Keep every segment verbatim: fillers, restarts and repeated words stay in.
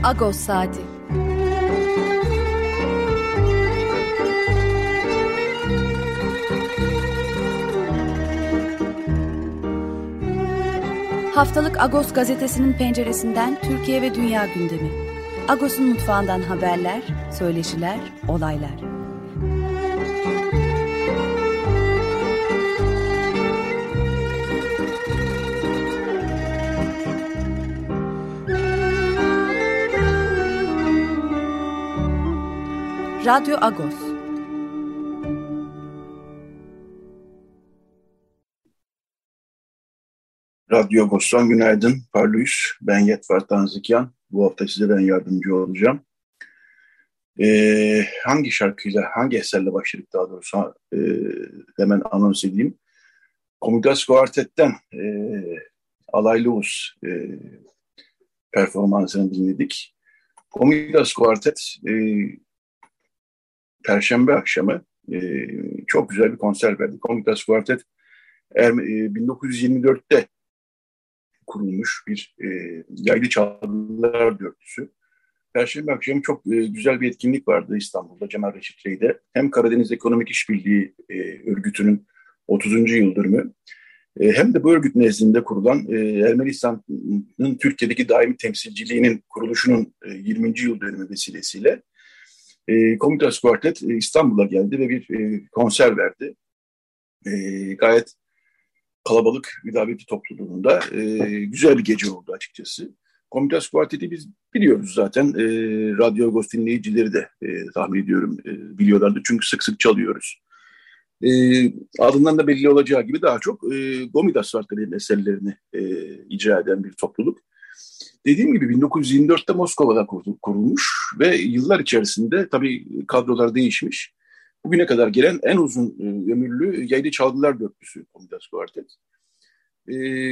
Agos Saati. Haftalık Agos gazetesinin penceresinden Türkiye ve dünya gündemi. Agos'un mutfağından haberler, söyleşiler, olaylar. Radyo Agos. Radyo Agos'tan günaydın. Parlıyız. Ben Yetvar Tanzikyan. Bu hafta size ben yardımcı olacağım. Ee, hangi şarkıyla, hangi eserle başladık daha doğrusu e, hemen anons edeyim. Komitas Kuartet'ten e, Alaylı Uz e, performansını dinledik. Komitas Kuartet e, Perşembe akşamı e, çok güzel bir konser verdi. Komitas Kuartet e, bin dokuz yüz yirmi dörtte kurulmuş bir e, yaylı çalgılar dörtlüsü. Perşembe akşamı çok e, güzel bir etkinlik vardı İstanbul'da, Cemal Reşit Rey'de. Hem Karadeniz Ekonomik İşbirliği e, örgütünün otuzuncu yıl dönümü, e, hem de bu örgüt nezdinde kurulan e, Ermenistan'ın Türkiye'deki daimi temsilciliğinin kuruluşunun e, yirminci yıl dönümü vesilesiyle e, Komitas Kuartet e, İstanbul'a geldi ve bir e, konser verdi. E, gayet kalabalık bir daveti topluluğunda e, güzel bir gece oldu açıkçası. Komitas Kuartet'i biz biliyoruz zaten. E, Radyo Agos dinleyicileri de e, tahmin ediyorum e, biliyorlardı. Çünkü sık sık çalıyoruz. E, adından da belli olacağı gibi daha çok e, Komitas Kuartet'in eserlerini e, icra eden bir topluluk. Dediğim gibi bin dokuz yüz yirmi dörtte Moskova'da kurulmuş ve yıllar içerisinde tabii kadrolar değişmiş. Bugüne kadar gelen en uzun e, ömürlü yaylı çalgılar dörtlüsü Komitas Kuartet. E,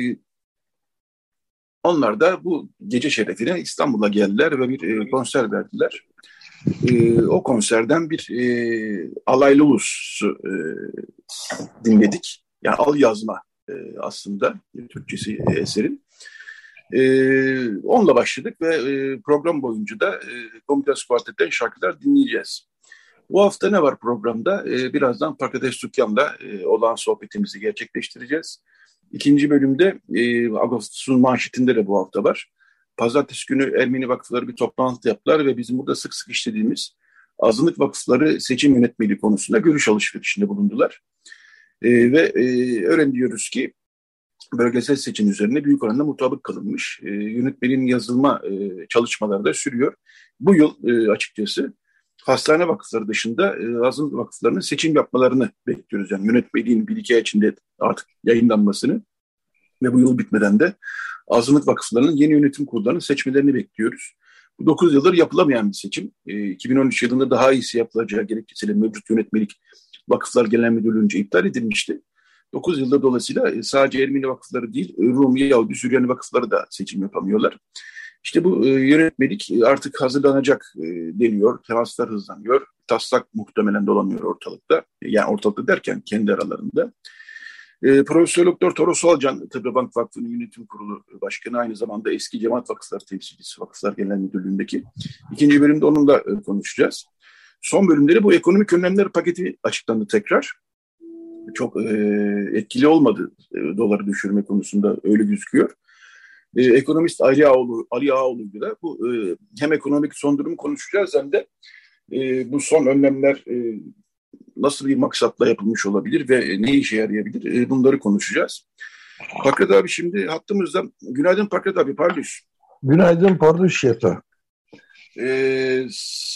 onlar da bu gece şerefine İstanbul'a geldiler ve bir e, konser verdiler. E, o konserden bir e, Alaylı Uz'u e, dinledik. Yani al yazma e, aslında Türkçesi e, eserin. E, onunla başladık ve e, program boyunca da e, Komitas Kuartet'ten şarkılar dinleyeceğiz. Bu hafta ne var programda? Ee, birazdan Parkadeş Dükkan'da e, olan sohbetimizi gerçekleştireceğiz. İkinci bölümde e, Ağustos'un manşetinde de bu hafta var. Pazartesi günü Ermeni vakıfları bir toplantı yaptılar ve bizim burada sık sık işlediğimiz azınlık vakıfları seçim yönetmeliği konusunda görüş alışverişinde bulundular. E, ve e, öğreniyoruz ki bölgesel seçim üzerine büyük oranda mutabık kalınmış. E, yönetmeliğin yazılma e, çalışmaları da sürüyor. Bu yıl e, açıkçası hastane vakıfları dışında e, azınlık vakıflarının seçim yapmalarını bekliyoruz. Yani yönetmeliğin bir iki ay içinde artık yayınlanmasını ve bu yıl bitmeden de azınlık vakıflarının yeni yönetim kurullarının seçmelerini bekliyoruz. Bu dokuz yıldır yapılamayan bir seçim. E, iki bin on üç yılında daha iyisi yapılacağı gerekçesiyle mevcut yönetmelik Vakıflar Genel Müdürlüğü'nce iptal edilmişti. dokuz yılda dolayısıyla sadece Ermeni vakıfları değil, Rum, Yahudi, Süryani vakıfları da seçim yapamıyorlar. İşte bu e, yönetmelik artık hazırlanacak e, deniyor. Temaslar hızlanıyor. Taslak muhtemelen dolanıyor ortalıkta. Yani ortalıkta derken kendi aralarında. E, Profesör Doktor Toros Olcan, Tıbbebank Vakfı'nın yönetim kurulu başkanı, aynı zamanda eski Cemaat Vakıfları temsilcisi, Vakıflar Genel Müdürlüğü'ndeki. İkinci bölümde onunla e, konuşacağız. Son bölümleri bu ekonomik önlemler paketi açıklandı tekrar. Çok e, etkili olmadı e, doları düşürme konusunda, öyle gözüküyor. Ee, ekonomist Ali Ağaoğlu, Ali Ağaoğlu'yla da bu e, hem ekonomik son durumu konuşacağız hem de e, bu son önlemler e, nasıl bir maksatla yapılmış olabilir ve ne işe yarayabilir, e, bunları konuşacağız. Pakrat abi şimdi hattımızda. Günaydın Pakrat abi, pardüş. Günaydın pardüş Yeta. Ee,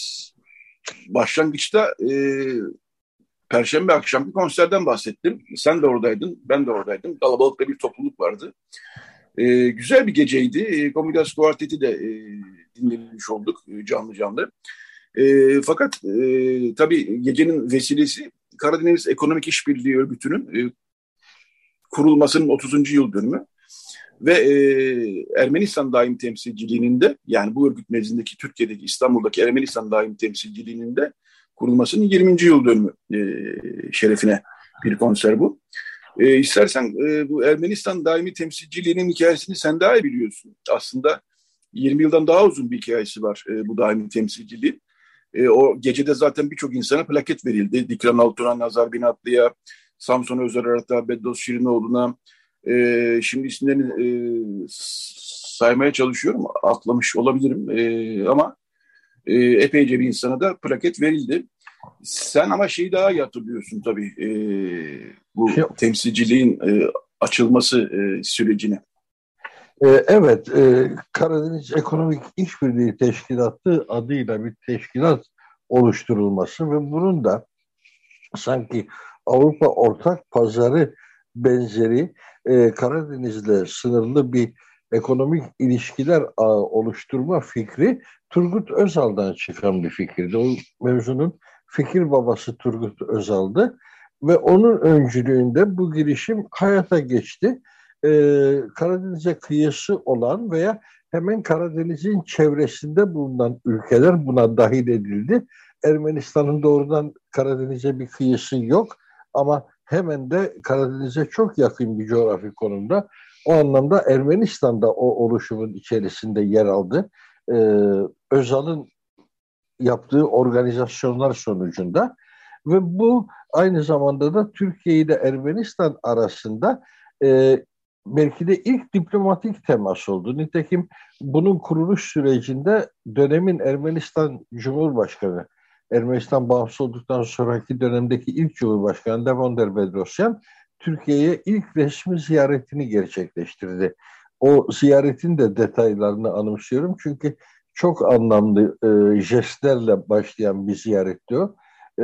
başlangıçta e, Perşembe akşamki konserden bahsettim. Sen de oradaydın, ben de oradaydım. Kalabalıkta bir topluluk vardı. Ee, güzel bir geceydi. E, Komitas Kuartet'i de e, dinlemiş olduk e, canlı canlı. E, fakat e, tabii gecenin vesilesi Karadeniz Ekonomik İşbirliği Örgütü'nün e, kurulmasının otuzuncu yıl dönümü ve e, Ermenistan daim temsilciliğinin de, yani bu örgüt nezdindeki Türkiye'deki, İstanbul'daki Ermenistan daim temsilciliğinin de kurulmasının yirminci yıl dönümü e, şerefine bir konser bu. E, istersen e, bu Ermenistan daimi temsilciliğinin hikayesini sen daha iyi biliyorsun. Aslında yirmi yıldan daha uzun bir hikayesi var e, bu daimi temsilciliğin. E, o gecede zaten birçok insana plaket verildi. Dikran Alturan, Nazar Binatlı'ya, Samsun Özer Arat'a, Beddos Şirinoğlu'na. E, şimdi isimlerini e, saymaya çalışıyorum. Atlamış olabilirim. E, ama e, epeyce bir insana da plaket verildi. Sen ama şeyi daha iyi hatırlıyorsun tabii. E, bu Şey, temsilciliğin e, açılması e, sürecini. e, evet, e, Karadeniz Ekonomik İşbirliği Teşkilatı adıyla bir teşkilat oluşturulması ve bunun da sanki Avrupa Ortak Pazarı benzeri e, Karadeniz'le sınırlı bir ekonomik ilişkiler ağı oluşturma fikri Turgut Özal'dan çıkan bir fikirdi. O mevzunun fikir babası Turgut Özal'dı ve onun öncülüğünde bu girişim hayata geçti. E, Karadeniz'e kıyısı olan veya hemen Karadeniz'in çevresinde bulunan ülkeler buna dahil edildi. Ermenistan'ın doğrudan Karadeniz'e bir kıyısı yok ama hemen de Karadeniz'e çok yakın bir coğrafi konumda. O anlamda Ermenistan da o oluşumun içerisinde yer aldı. Ee, Özal'ın yaptığı organizasyonlar sonucunda ve bu aynı zamanda da Türkiye ile Ermenistan arasında e, belki de ilk diplomatik temas oldu. Nitekim bunun kuruluş sürecinde dönemin Ermenistan Cumhurbaşkanı, Ermenistan bağımsız olduktan sonraki dönemdeki ilk Cumhurbaşkanı Levonder Bedrosyan Türkiye'ye ilk resmi ziyaretini gerçekleştirdi. O ziyaretin de detaylarını anımsıyorum çünkü çok anlamlı e, jestlerle başlayan bir ziyaretti o. E,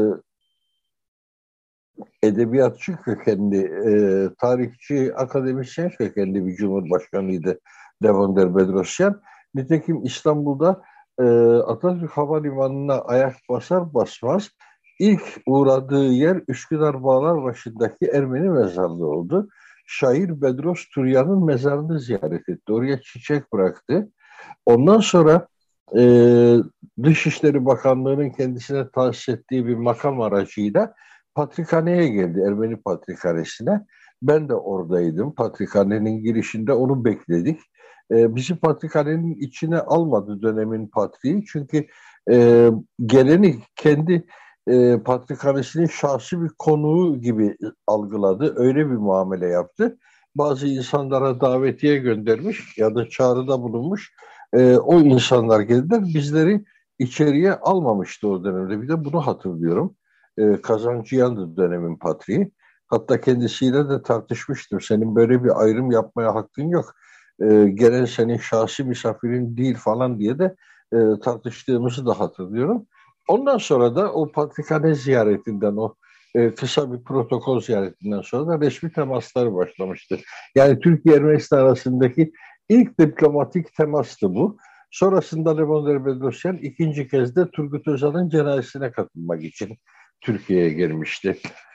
edebiyatçı kökenli, e, tarihçi, akademisyen kökenli bir cumhurbaşkanıydı Levonder Bedrosyan. Nitekim İstanbul'da e, Atatürk Havalimanı'na ayak basar basmaz ilk uğradığı yer Üsküdar Bağlarbaşı'ndaki Ermeni mezarlığı oldu. Şair Bedros Turyan'ın mezarını ziyaret etti. Oraya çiçek bıraktı. Ondan sonra e, Dışişleri Bakanlığı'nın kendisine tahsis ettiği bir makam aracıyla Patrikhane'ye geldi, Ermeni Patrikhanesi'ne. Ben de oradaydım. Patrikhane'nin girişinde onu bekledik. E, bizi Patrikhane'nin içine almadı dönemin patriği. Çünkü e, geleni kendi e, Patrikhanesi'nin şahsi bir konuğu gibi algıladı. Öyle bir muamele yaptı. Bazı insanlara davetiye göndermiş ya da çağrıda bulunmuş. E, o insanlar geldiler. Bizleri içeriye almamıştı o dönemde. Bir de bunu hatırlıyorum. E, Kazancıyan'dı dönemin patriği. Hatta kendisiyle de tartışmıştım. Senin böyle bir ayrım yapmaya hakkın yok. E, gelen senin şahsi misafirin değil falan diye de e, tartıştığımızı da hatırlıyorum. Ondan sonra da o Patrikhane ziyaretinden, o e, kısa bir protokol ziyaretinden sonra da resmi temaslar başlamıştı. Yani Türkiye-Ermenistan arasındaki ilk diplomatik temastı bu. Sonrasında Levonder Bedrosyan ikinci kez de Turgut Özal'ın cenazesine katılmak için Türkiye'ye gelmişti.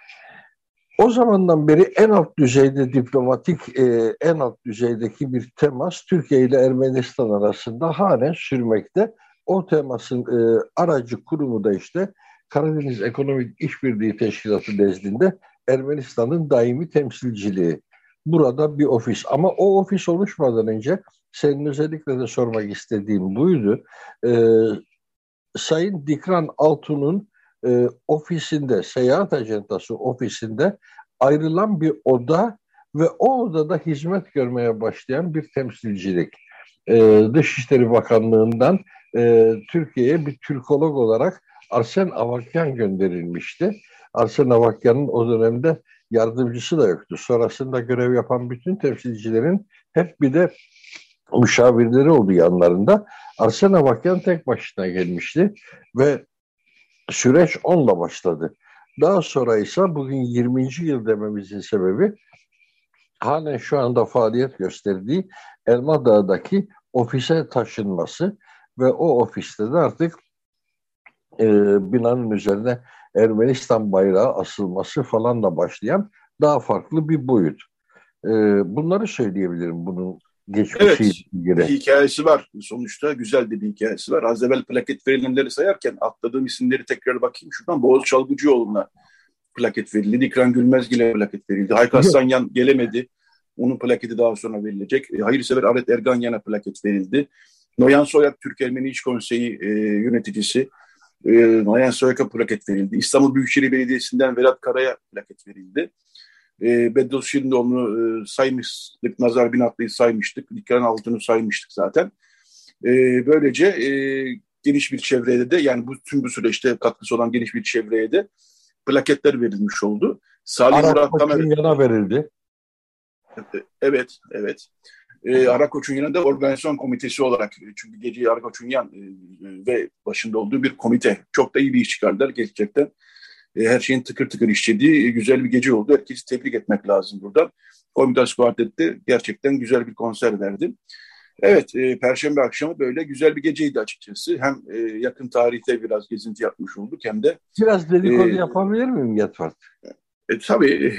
O zamandan beri en alt düzeyde diplomatik, e, en alt düzeydeki bir temas Türkiye ile Ermenistan arasında halen sürmekte. O temasın e, aracı kurumu da işte Karadeniz Ekonomik İşbirliği Teşkilatı nezdinde Ermenistan'ın daimi temsilciliği. Burada bir ofis ama o ofis oluşmadan önce senin özellikle de sormak istediğim buydu. E, Sayın Dikran Altun'un e, ofisinde, seyahat acentası ofisinde ayrılan bir oda ve o odada hizmet görmeye başlayan bir temsilcilik. E, Dışişleri Bakanlığı'ndan e, Türkiye'ye bir Türkolog olarak Arsen Avakyan gönderilmişti. Arsen Avakyan'ın o dönemde yardımcısı da yoktu. Sonrasında görev yapan bütün temsilcilerin hep bir de müşavirleri oldu yanlarında. Arsen Avakyan tek başına gelmişti ve süreç onunla başladı. Daha sonra ise bugün yirminci yıl dememizin sebebi halen şu anda faaliyet gösterdiği Elma Dağı'daki ofise taşınması ve o ofiste de artık e, binanın üzerine Ermenistan bayrağı asılması falanla başlayan daha farklı bir boyut. E, bunları söyleyebilirim bunun geçmişi Evet, ilgili. bir hikayesi var. Sonuçta güzel de bir hikayesi var. Az evvel plaket verilenleri sayarken atladığım isimleri tekrar bakayım. Şuradan Boğaz Çalgıcıoğlu'na plaket verildi. Dikran Gülmezgil'e plaket verildi. Hayk Aslanyan gelemedi. Onun plaketi daha sonra verilecek. E, hayırsever Aret Erganyan'a plaket verildi. Noyan Soyak Türk Ermeni İş Konseyi e, yöneticisi. E, Noyan Soyak'a plaket verildi. İstanbul Büyükşehir Belediyesi'nden Vedat Kara'ya plaket verildi. E, Bedros Şirindoğlu'nu e, saymıştık. Nazar Binatlı'yı saymıştık. Dikran Altun'u saymıştık zaten. E, böylece e, geniş bir çevrede de, yani bu tüm bu süreçte katkısı olan geniş bir çevreye de plaketler verilmiş oldu. Salih Murat Tamer verildi. Evet, evet. E, Arakoç'un yanında organizasyon komitesi olarak, çünkü geceyi Arakoç'un yan e, ve başında olduğu bir komite çok da iyi bir iş çıkardılar gerçekten. E, her şeyin tıkır tıkır işlediği e, güzel bir gece oldu. Herkesi tebrik etmek lazım burada. Komitas Kuartet'te gerçekten güzel bir konser verdi. Evet, e, Perşembe akşamı böyle güzel bir geceydi açıkçası. Hem e, yakın tarihte biraz gezinti yapmış olduk, hem de... Biraz dedikodu e, yapabilir miyim Yatvat? E, tabii.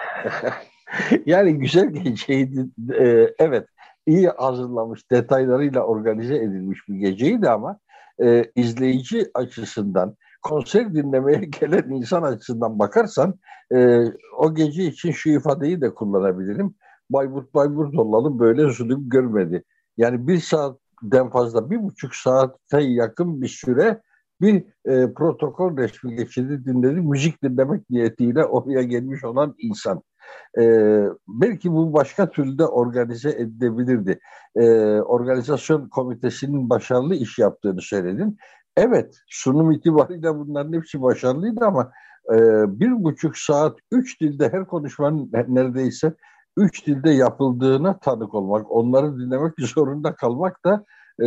Yani güzel geceydi. E, evet, iyi hazırlanmış, detaylarıyla organize edilmiş bir geceydi ama e, izleyici açısından, konser dinlemeye gelen insan açısından bakarsan e, o gece için şu ifadeyi de kullanabilirim. Bayburt Bayburt olalım, böyle zulüm görmedi. Yani bir saatten fazla, bir buçuk saate yakın bir süre bir e, protokol resmi geçidi dinledi. Müzik dinlemek niyetiyle oraya gelmiş olan insan. Ee, belki bu başka türlü de organize edilebilirdi. Ee, organizasyon komitesinin başarılı iş yaptığını söyledin. Evet, sunum itibariyle bunların hepsi başarılıydı ama e, bir buçuk saat üç dilde, her konuşmanın neredeyse üç dilde yapıldığına tanık olmak, onları dinlemek zorunda kalmak da e,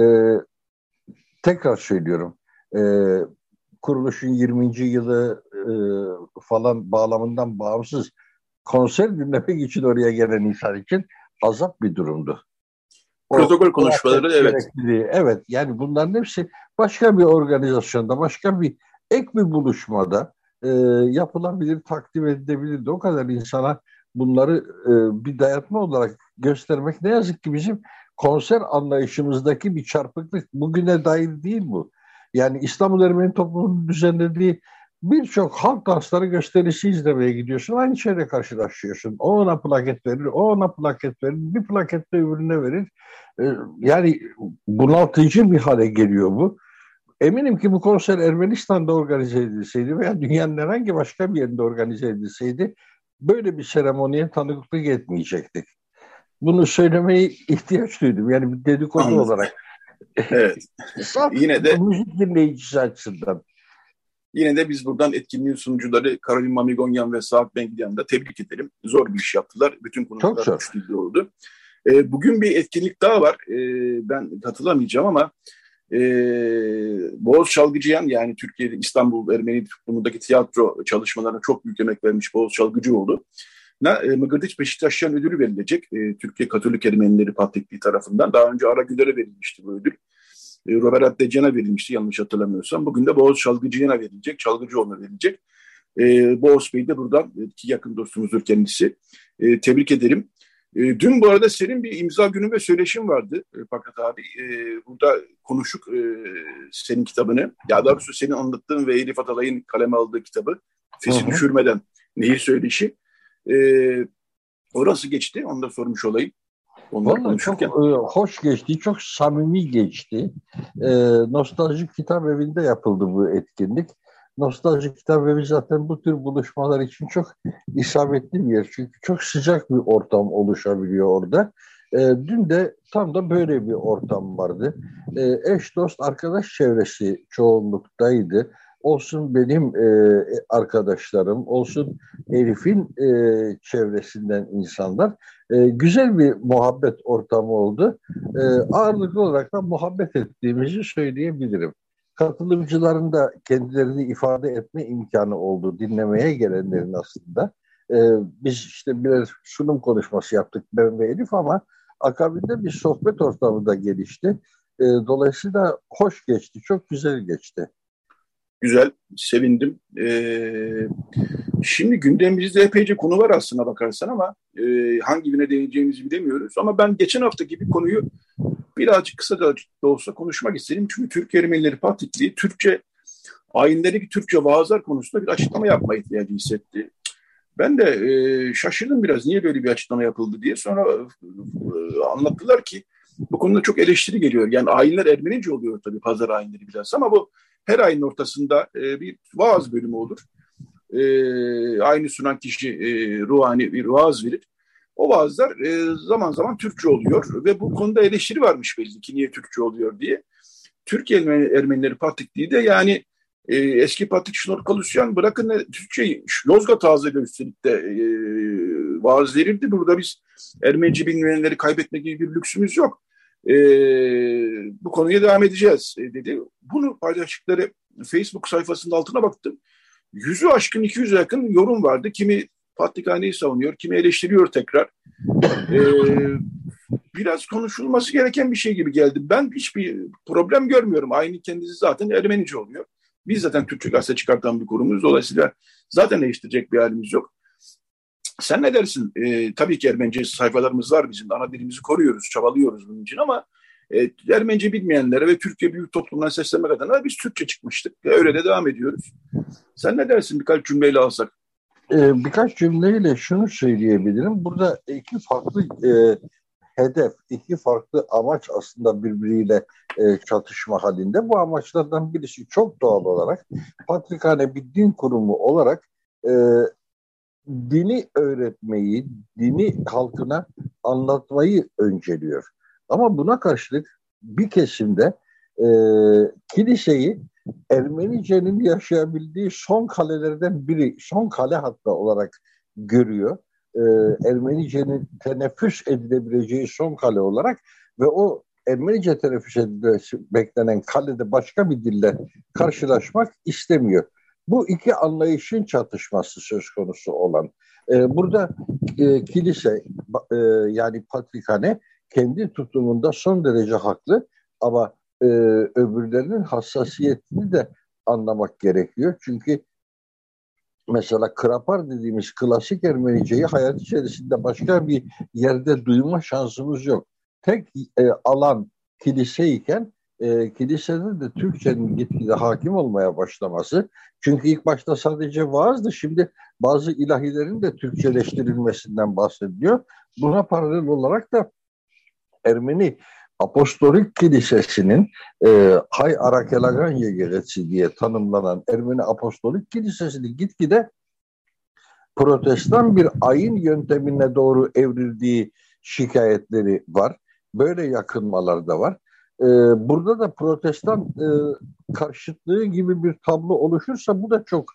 tekrar söylüyorum, e, kuruluşun yirminci yılı e, falan bağlamından bağımsız konser dinlemek için oraya gelen insan için azap bir durumdu. Protokol konuşmaları, evet. Evet, yani bunların hepsi başka bir organizasyonda, başka bir ek bir buluşmada e, yapılabilir, takdim edilebilirdi. O kadar insana bunları e, bir dayatma olarak göstermek ne yazık ki bizim konser anlayışımızdaki bir çarpıklık. Bugüne dair değil bu. Yani İstanbul Ermeni Topluluğu'nun düzenlediği birçok halk dansları gösterisi izlemeye gidiyorsun. Aynı şeyle karşılaşıyorsun. O ona plaket verir, o ona plaket verir, bir plaket de öbürüne verir. Yani bunaltıcı bir hale geliyor bu. Eminim ki bu konser Ermenistan'da organize edilseydi veya dünyanın herhangi başka bir yerinde organize edilseydi böyle bir seremoniye tanıklık etmeyecektik. Bunu söylemeye ihtiyaç duydum. Yani bir dedikodu Anladım. olarak. Evet. Yine de müzik dinleyicisi açısından. Yine de biz buradan etkinliğin sunucuları Karolin Mamigonyan ve Saat Bengilyan'ı da tebrik edelim. Zor bir iş yaptılar. Bütün konular üç dilde oldu. E, bugün bir etkinlik daha var. E, ben katılamayacağım ama e, Boğaz Çalgıcıyan, yani Türkiye'de İstanbul Ermeni toplumundaki tiyatro çalışmalarına çok büyük emek vermiş Boğaz Çalgıcıoğlu. E, Mıgırdıç Beşiktaşyan ödülü verilecek. E, Türkiye Katolik Ermenileri Patrikliği tarafından. Daha önce Ara Güler'e verilmişti bu ödül. E, Robert Attecan'a verilmişti yanlış hatırlamıyorsam. Bugün de Boğaz Çalgıcıyan'a verilecek. Çalgıcıoğlu'na verilecek. E, Boğaz Bey de buradan, ki yakın dostumuzdur kendisi. E, tebrik ederim. E, dün bu arada senin bir imza günü ve söyleşin vardı e, Fakat abi. E, burada konuşuk e, senin kitabını. Ya doğrusu senin anlattığın ve Elif Atalay'ın kaleme aldığı kitabı. Fesi düşürmeden Nehir Söyleşi. E, orası geçti. Onu da sormuş olayım. Vallahi çok e, hoş geçti, çok samimi geçti. E, Nostaljik Kitap Evi'nde yapıldı bu etkinlik. Nostaljik Kitap Evi zaten bu tür buluşmalar için çok isabetli bir yer. Çünkü çok sıcak bir ortam oluşabiliyor orada. E, dün de tam da böyle bir ortam vardı. E, eş, dost, arkadaş çevresi çoğunluktaydı. Olsun benim e, arkadaşlarım, olsun Elif'in e, çevresinden insanlar. E, güzel bir muhabbet ortamı oldu. E, ağırlıklı olarak da muhabbet ettiğimizi söyleyebilirim. Katılımcıların da kendilerini ifade etme imkanı oldu, dinlemeye gelenlerin aslında. E, biz işte bir sunum konuşması yaptık ben ve Elif ama akabinde bir sohbet ortamı da gelişti. E, dolayısıyla hoş geçti, çok güzel geçti. Güzel, sevindim. Ee, şimdi gündemimizde epeyce konu var aslına bakarsan ama e, hangi birine değineceğimizi bilemiyoruz. Ama ben geçen haftaki bir konuyu birazcık kısa da olsa konuşmak istedim. Çünkü Türkiye Ermenileri Patrikliği Türkçe ayinleri, Türkçe vaazlar konusunda bir açıklama yapma ihtiyacı hissetti. Ben de e, şaşırdım biraz niye böyle bir açıklama yapıldı diye. Sonra e, anlattılar ki bu konuda çok eleştiri geliyor. Yani ayinler Ermenice oluyor tabii, pazar ayinleri biraz, ama bu her ayın ortasında e, bir vaaz bölümü olur. E, Ayini sunan kişi e, ruhani bir vaaz verir. O vaazlar e, zaman zaman Türkçe oluyor ve bu konuda eleştiri varmış belli ki niye Türkçe oluyor diye. Türk Ermenileri Patrikliği de yani e, eski Patrik Şnor Kalusyan bırakın e, Türkçeyi Yozgat ağzıyla üstelik de e, vaaz verirdi. Burada biz Ermenice bilmeyenleri kaybetmek gibi bir lüksümüz yok. E, bu konuya devam edeceğiz e, dedi. Bunu paylaştıkları Facebook sayfasının altına baktım. Yüzü aşkın iki yüze yakın yorum vardı. Kimi Patrikhane'yi savunuyor, kimi eleştiriyor tekrar. E, biraz konuşulması gereken bir şey gibi geldi. Ben hiçbir problem görmüyorum. Aynı kendisi zaten Ermenice oluyor. Biz zaten Türkçe gazete çıkartan bir kurumuz. Dolayısıyla zaten değiştirecek bir halimiz yok. Sen ne dersin? Ee, tabii ki Ermenice sayfalarımız var bizim. Ana dilimizi koruyoruz, çabalıyoruz bunun için ama e, Ermenice bilmeyenlere ve Türkiye büyük toplumdan seslenmek adına biz Türkçe çıkmıştık. Öyle de devam ediyoruz. Sen ne dersin birkaç cümleyle alsak? Ee, birkaç cümleyle şunu söyleyebilirim. Burada iki farklı e, hedef, iki farklı amaç aslında birbiriyle e, çatışma halinde. Bu amaçlardan birisi çok doğal olarak Patrikhane bir din kurumu olarak e, dini öğretmeyi, dini halkına anlatmayı önceliyor. Ama buna karşılık bir kesimde e, kiliseyi Ermenice'nin yaşayabildiği son kalelerden biri, son kale hatta olarak görüyor. Ee, Ermenice'nin teneffüs edilebileceği son kale olarak ve o Ermenice teneffüs edilmesi beklenen kalede başka bir dille karşılaşmak istemiyor. Bu iki anlayışın çatışması söz konusu olan. Ee, burada e, kilise e, yani Patrikhane kendi tutumunda son derece haklı ama e, öbürlerinin hassasiyetini de anlamak gerekiyor. Çünkü mesela krapar dediğimiz klasik Ermenice'yi hayat içerisinde başka bir yerde duyma şansımız yok. Tek e, alan kiliseyken e, kilisede de Türkçenin gitgide hakim olmaya başlaması. Çünkü ilk başta sadece vaazdı, şimdi bazı ilahilerin de Türkçeleştirilmesinden bahsediliyor. Buna paralel olarak da Ermeni Apostolik Kilisesi'nin e, Hay Arakelaganya Geretsi diye tanımlanan Ermeni Apostolik Kilisesi'nin gitgide Protestan bir ayin yöntemine doğru evrildiği şikayetleri var. Böyle yakınmalar da var. E, burada da Protestan e, karşıtlığı gibi bir tablo oluşursa bu da çok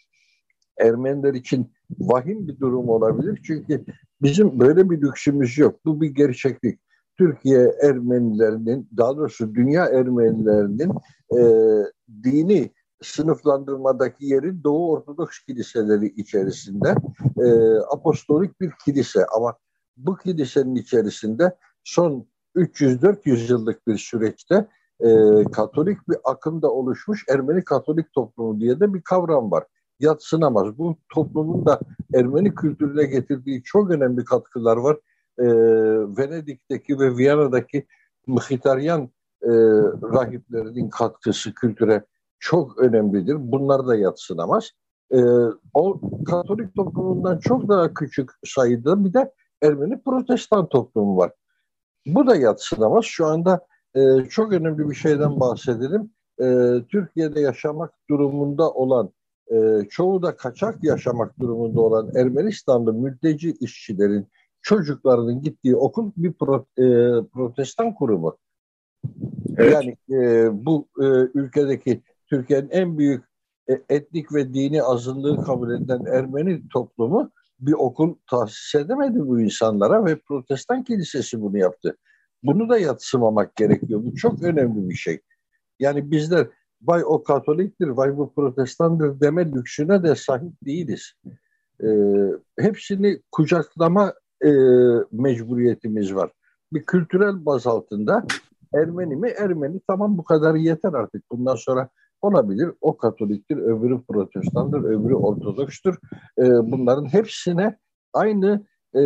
Ermeniler için vahim bir durum olabilir. Çünkü bizim böyle bir lüksümüz yok. Bu bir gerçeklik. Türkiye Ermenilerinin, daha doğrusu dünya Ermenilerinin e, dini sınıflandırmadaki yeri Doğu Ortodoks kiliseleri içerisinde e, apostolik bir kilise. Ama bu kilisenin içerisinde son üç yüz dört yüz yıllık bir süreçte e, Katolik bir akımda oluşmuş Ermeni Katolik toplumu diye de bir kavram var. Yadsınamaz. Bu toplumun da Ermeni kültürüne getirdiği çok önemli katkılar var. E, Venedik'teki ve Viyana'daki Mkhitaryan e, rahiplerinin katkısı kültüre çok önemlidir. Bunlar da yadsınamaz. E, o Katolik toplumundan çok daha küçük sayıda bir de Ermeni Protestan toplumu var. Bu da yadsınamaz. Şu anda e, çok önemli bir şeyden bahsedelim. E, Türkiye'de yaşamak durumunda olan, e, çoğu da kaçak yaşamak durumunda olan Ermenistanlı mülteci işçilerin çocuklarının gittiği okul bir pro, e, protestan kurumu. Evet. Yani e, bu e, ülkedeki Türkiye'nin en büyük e, etnik ve dini azınlığı kabul edilen Ermeni toplumu bir okul tahsis edemedi bu insanlara ve protestan kilisesi bunu yaptı. Bunu da yadsımamak gerekiyor. Bu çok önemli bir şey. Yani bizler vay o Katoliktir, vay bu protestandır deme lüksüne de sahip değiliz. E, hepsini kucaklama e, mecburiyetimiz var. Bir kültürel baz altında Ermeni mi? Ermeni, tamam, bu kadar yeter artık. Bundan sonra olabilir. O Katoliktir, öbürü Protestandır, öbürü Ortodokstur. E, bunların hepsine aynı e,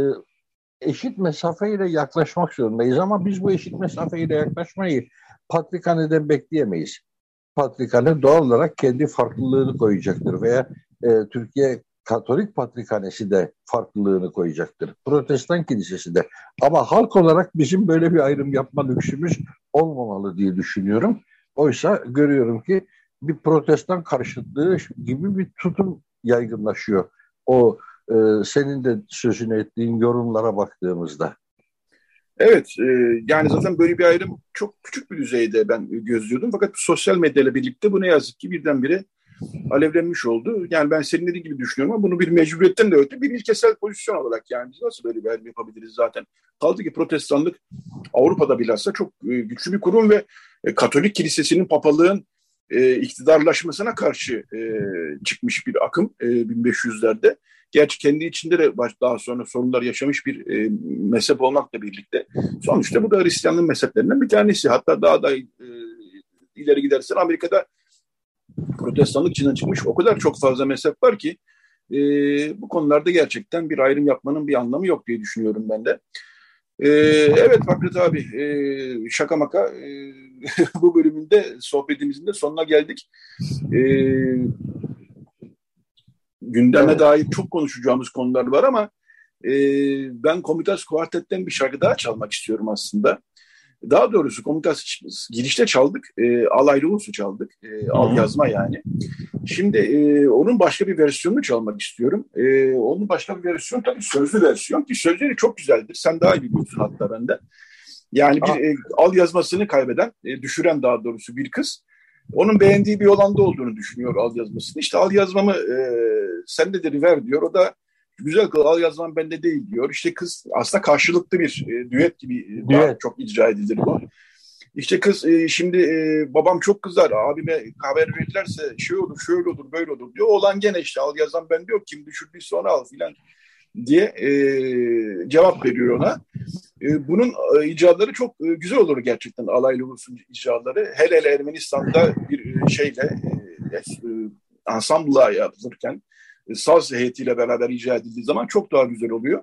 eşit mesafeyle yaklaşmak zorundayız. Ama biz bu eşit mesafeyle yaklaşmayı Patrikhane'den bekleyemeyiz. Patrikhane doğal olarak kendi farklılığını koyacaktır veya e, Türkiye Katolik Patrikhanesi de farklılığını koyacaktır. Protestan Kilisesi de. Ama halk olarak bizim böyle bir ayrım yapma lüksümüz olmamalı diye düşünüyorum. Oysa görüyorum ki bir protestan karşıtlığı gibi bir tutum yaygınlaşıyor. O e, senin de sözünü ettiğin yorumlara baktığımızda. Evet, e, yani zaten böyle bir ayrım çok küçük bir düzeyde ben gözlüyordum. Fakat sosyal medyayla birlikte bu ne yazık ki birdenbire alevlenmiş oldu. Yani ben senin dediğin gibi düşünüyorum ama bunu bir mecburiyetten de öte bir ilkesel pozisyon olarak, yani biz nasıl böyle bir ayrım yapabiliriz zaten? Kaldı ki protestanlık Avrupa'da bilhassa çok e, güçlü bir kurum ve e, Katolik Kilisesi'nin papalığın e, iktidarlaşmasına karşı e, çıkmış bir akım e, bin beş yüzlerde. Gerçi kendi içinde de daha sonra sorunlar yaşamış bir e, mezhep olmakla birlikte sonuçta bu da Hristiyanlığın mezheplerinden bir tanesi. Hatta daha da e, ileri gidersen Amerika'da protestanlık içinden çıkmış o kadar çok fazla mezhep var ki e, bu konularda gerçekten bir ayrım yapmanın bir anlamı yok diye düşünüyorum ben de. E, evet Fakret abi, e, şaka maka e, bu bölümünde sohbetimizin de sonuna geldik. E, gündeme evet. dair çok konuşacağımız konular var ama e, ben Komitas Kuartet'ten bir şarkı daha çalmak istiyorum aslında. Daha doğrusu Komitas girişte çaldık, e, Alaylı Ulus'u çaldık, e, al yazma yani. Şimdi e, onun başka bir versiyonunu çalmak istiyorum. E, onun başka bir versiyon tabii sözlü versiyon ki sözleri çok güzeldir. Sen daha iyi biliyorsun hatta benden. Yani bir e, al yazmasını kaybeden, e, düşüren daha doğrusu bir kız. Onun beğendiği bir Yolanda olduğunu düşünüyor al yazmasını. İşte al yazmamı e, sen de ver diyor. O da güzel kız, al yazmam bende değil diyor. İşte kız aslında karşılıklı bir e, düet gibi daha evet. çok icra edilir bu. İşte kız e, şimdi e, babam çok kızar, abime haber verirlerse şey olur, şöyle olur, böyle olur diyor. Oğlan gene işte al yazmam ben diyor, kim düşürdüyse onu al filan diye e, cevap veriyor ona. E, bunun e, icraları çok e, güzel olur gerçekten, Alaylı Ulus'un icraları. Hele hele Ermenistan'da bir e, şeyle e, e, ansambla yapılırken e, saz heyetiyle beraber icra edildiği zaman çok daha güzel oluyor.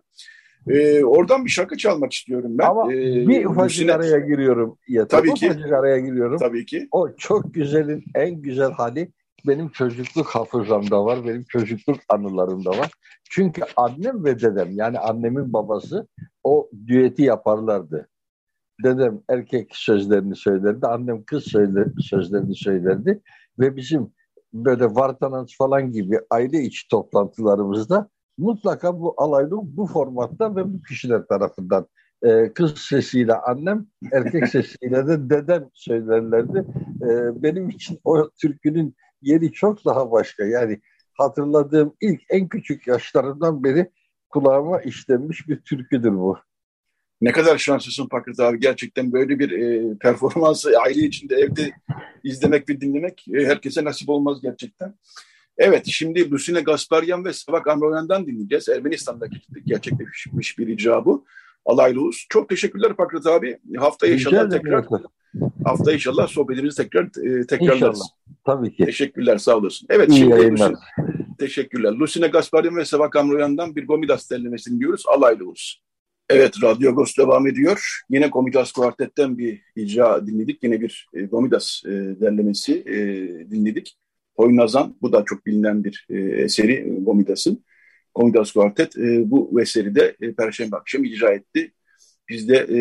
E, oradan bir şarkı çalmak istiyorum ben. Ama e, bir ufacık Hüsnü... araya giriyorum. Ya, tabii ki. Ufacık araya giriyorum. Tabii ki. O çok güzelin en güzel hali benim çocukluk hafızamda var, benim çocukluk anılarımda var. Çünkü annem ve dedem, yani annemin babası o düeti yaparlardı. Dedem erkek sözlerini söylerdi, annem kız sözlerini söylerdi ve bizim böyle vartanans falan gibi aile içi toplantılarımızda mutlaka bu alaylı bu formatta ve bu kişiler tarafından e, kız sesiyle annem, erkek sesiyle de dedem söylerlerdi. E, benim için o türkünün yeri çok daha başka. Yani hatırladığım ilk en küçük yaşlarımdan beri kulağıma işlenmiş bir türküdür bu. Ne kadar şanslısın Fakret abi. Gerçekten böyle bir e, performansı aile içinde evde izlemek ve dinlemek e, herkese nasip olmaz gerçekten. Evet, şimdi Lusine Gasparyan ve Savak Amroyan'dan dinleyeceğiz. Ermenistan'da gerçekleşmiş bir icra bu. Alaylı Ulus. Çok teşekkürler Fakret abi. Haftaya inşallah tekrar hafta inşallah sohbetimizi tekrar e, tekrarlarız. İnşallah. Tabii ki. Teşekkürler, sağ olasın. Evet, İyi şimdi yayınlar. Lusine, teşekkürler. Lusine Gasparyan ve Savak Amroyan'dan bir Gomidas derlemesini diyoruz. Alaylı Ulus. Evet, Radyo Agos devam ediyor. Yine Komitas Kuartet'ten bir icra dinledik. Yine bir e, Gomidas e, derlemesi e, dinledik. Hoynazan, bu da çok bilinen bir e, eseri Gomidas'ın. Komitas Kuartet e, bu eseri de e, Perşembe akşam icra etti. Biz de e,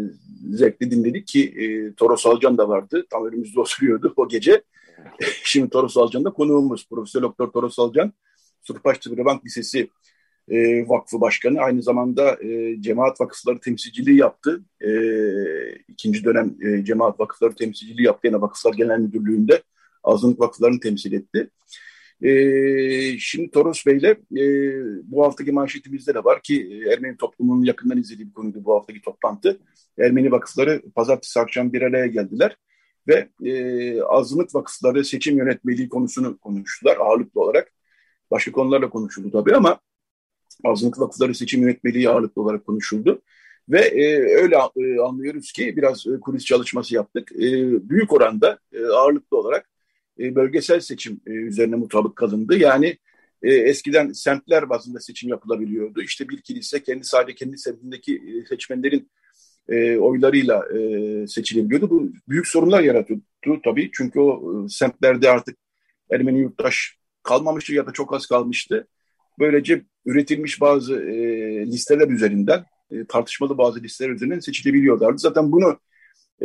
zevkle dinledik ki e, Toros Alcan da vardı. Tam önümüzde oturuyordu o gece. Şimdi Toros Alcan da konuğumuz. Profesör Doktor Toros Alcan, Surpaş Tıbrıbank Lisesi e, Vakfı Başkanı. Aynı zamanda e, Cemaat Vakıfları temsilciliği yaptı. E, ikinci dönem e, Cemaat Vakıfları temsilciliği yaptı. Yine Vakıflar Genel Müdürlüğü'nde azınlık vakıflarını temsil etti. Ee, şimdi Toros Bey'le e, bu haftaki manşetimizde de var ki Ermeni toplumunun yakından izlediği bir konuydu bu haftaki toplantı. Ermeni vakıfları pazartesi akşam bir araya geldiler ve e, azınlık vakıfları seçim yönetmeliği konusunu konuştular ağırlıklı olarak. Başka konularla konuşuldu tabii ama azınlık vakıfları seçim yönetmeliği ağırlıklı olarak konuşuldu. Ve e, öyle e, anlıyoruz ki biraz e, kulis çalışması yaptık. E, büyük oranda e, ağırlıklı olarak e, bölgesel seçim e, üzerine mutabık kalındı. Yani e, eskiden semtler bazında seçim yapılabiliyordu. İşte bir kilise kendi sadece kendi semtindeki e, seçmenlerin e, oylarıyla e, seçilebiliyordu. Bu büyük sorunlar yaratıyordu tabii. Çünkü o e, semtlerde artık Ermeni yurttaş kalmamıştı ya da çok az kalmıştı. Böylece üretilmiş bazı e, listeler üzerinden, e, tartışmalı bazı listeler üzerinden seçilebiliyorlardı. Zaten bunu e,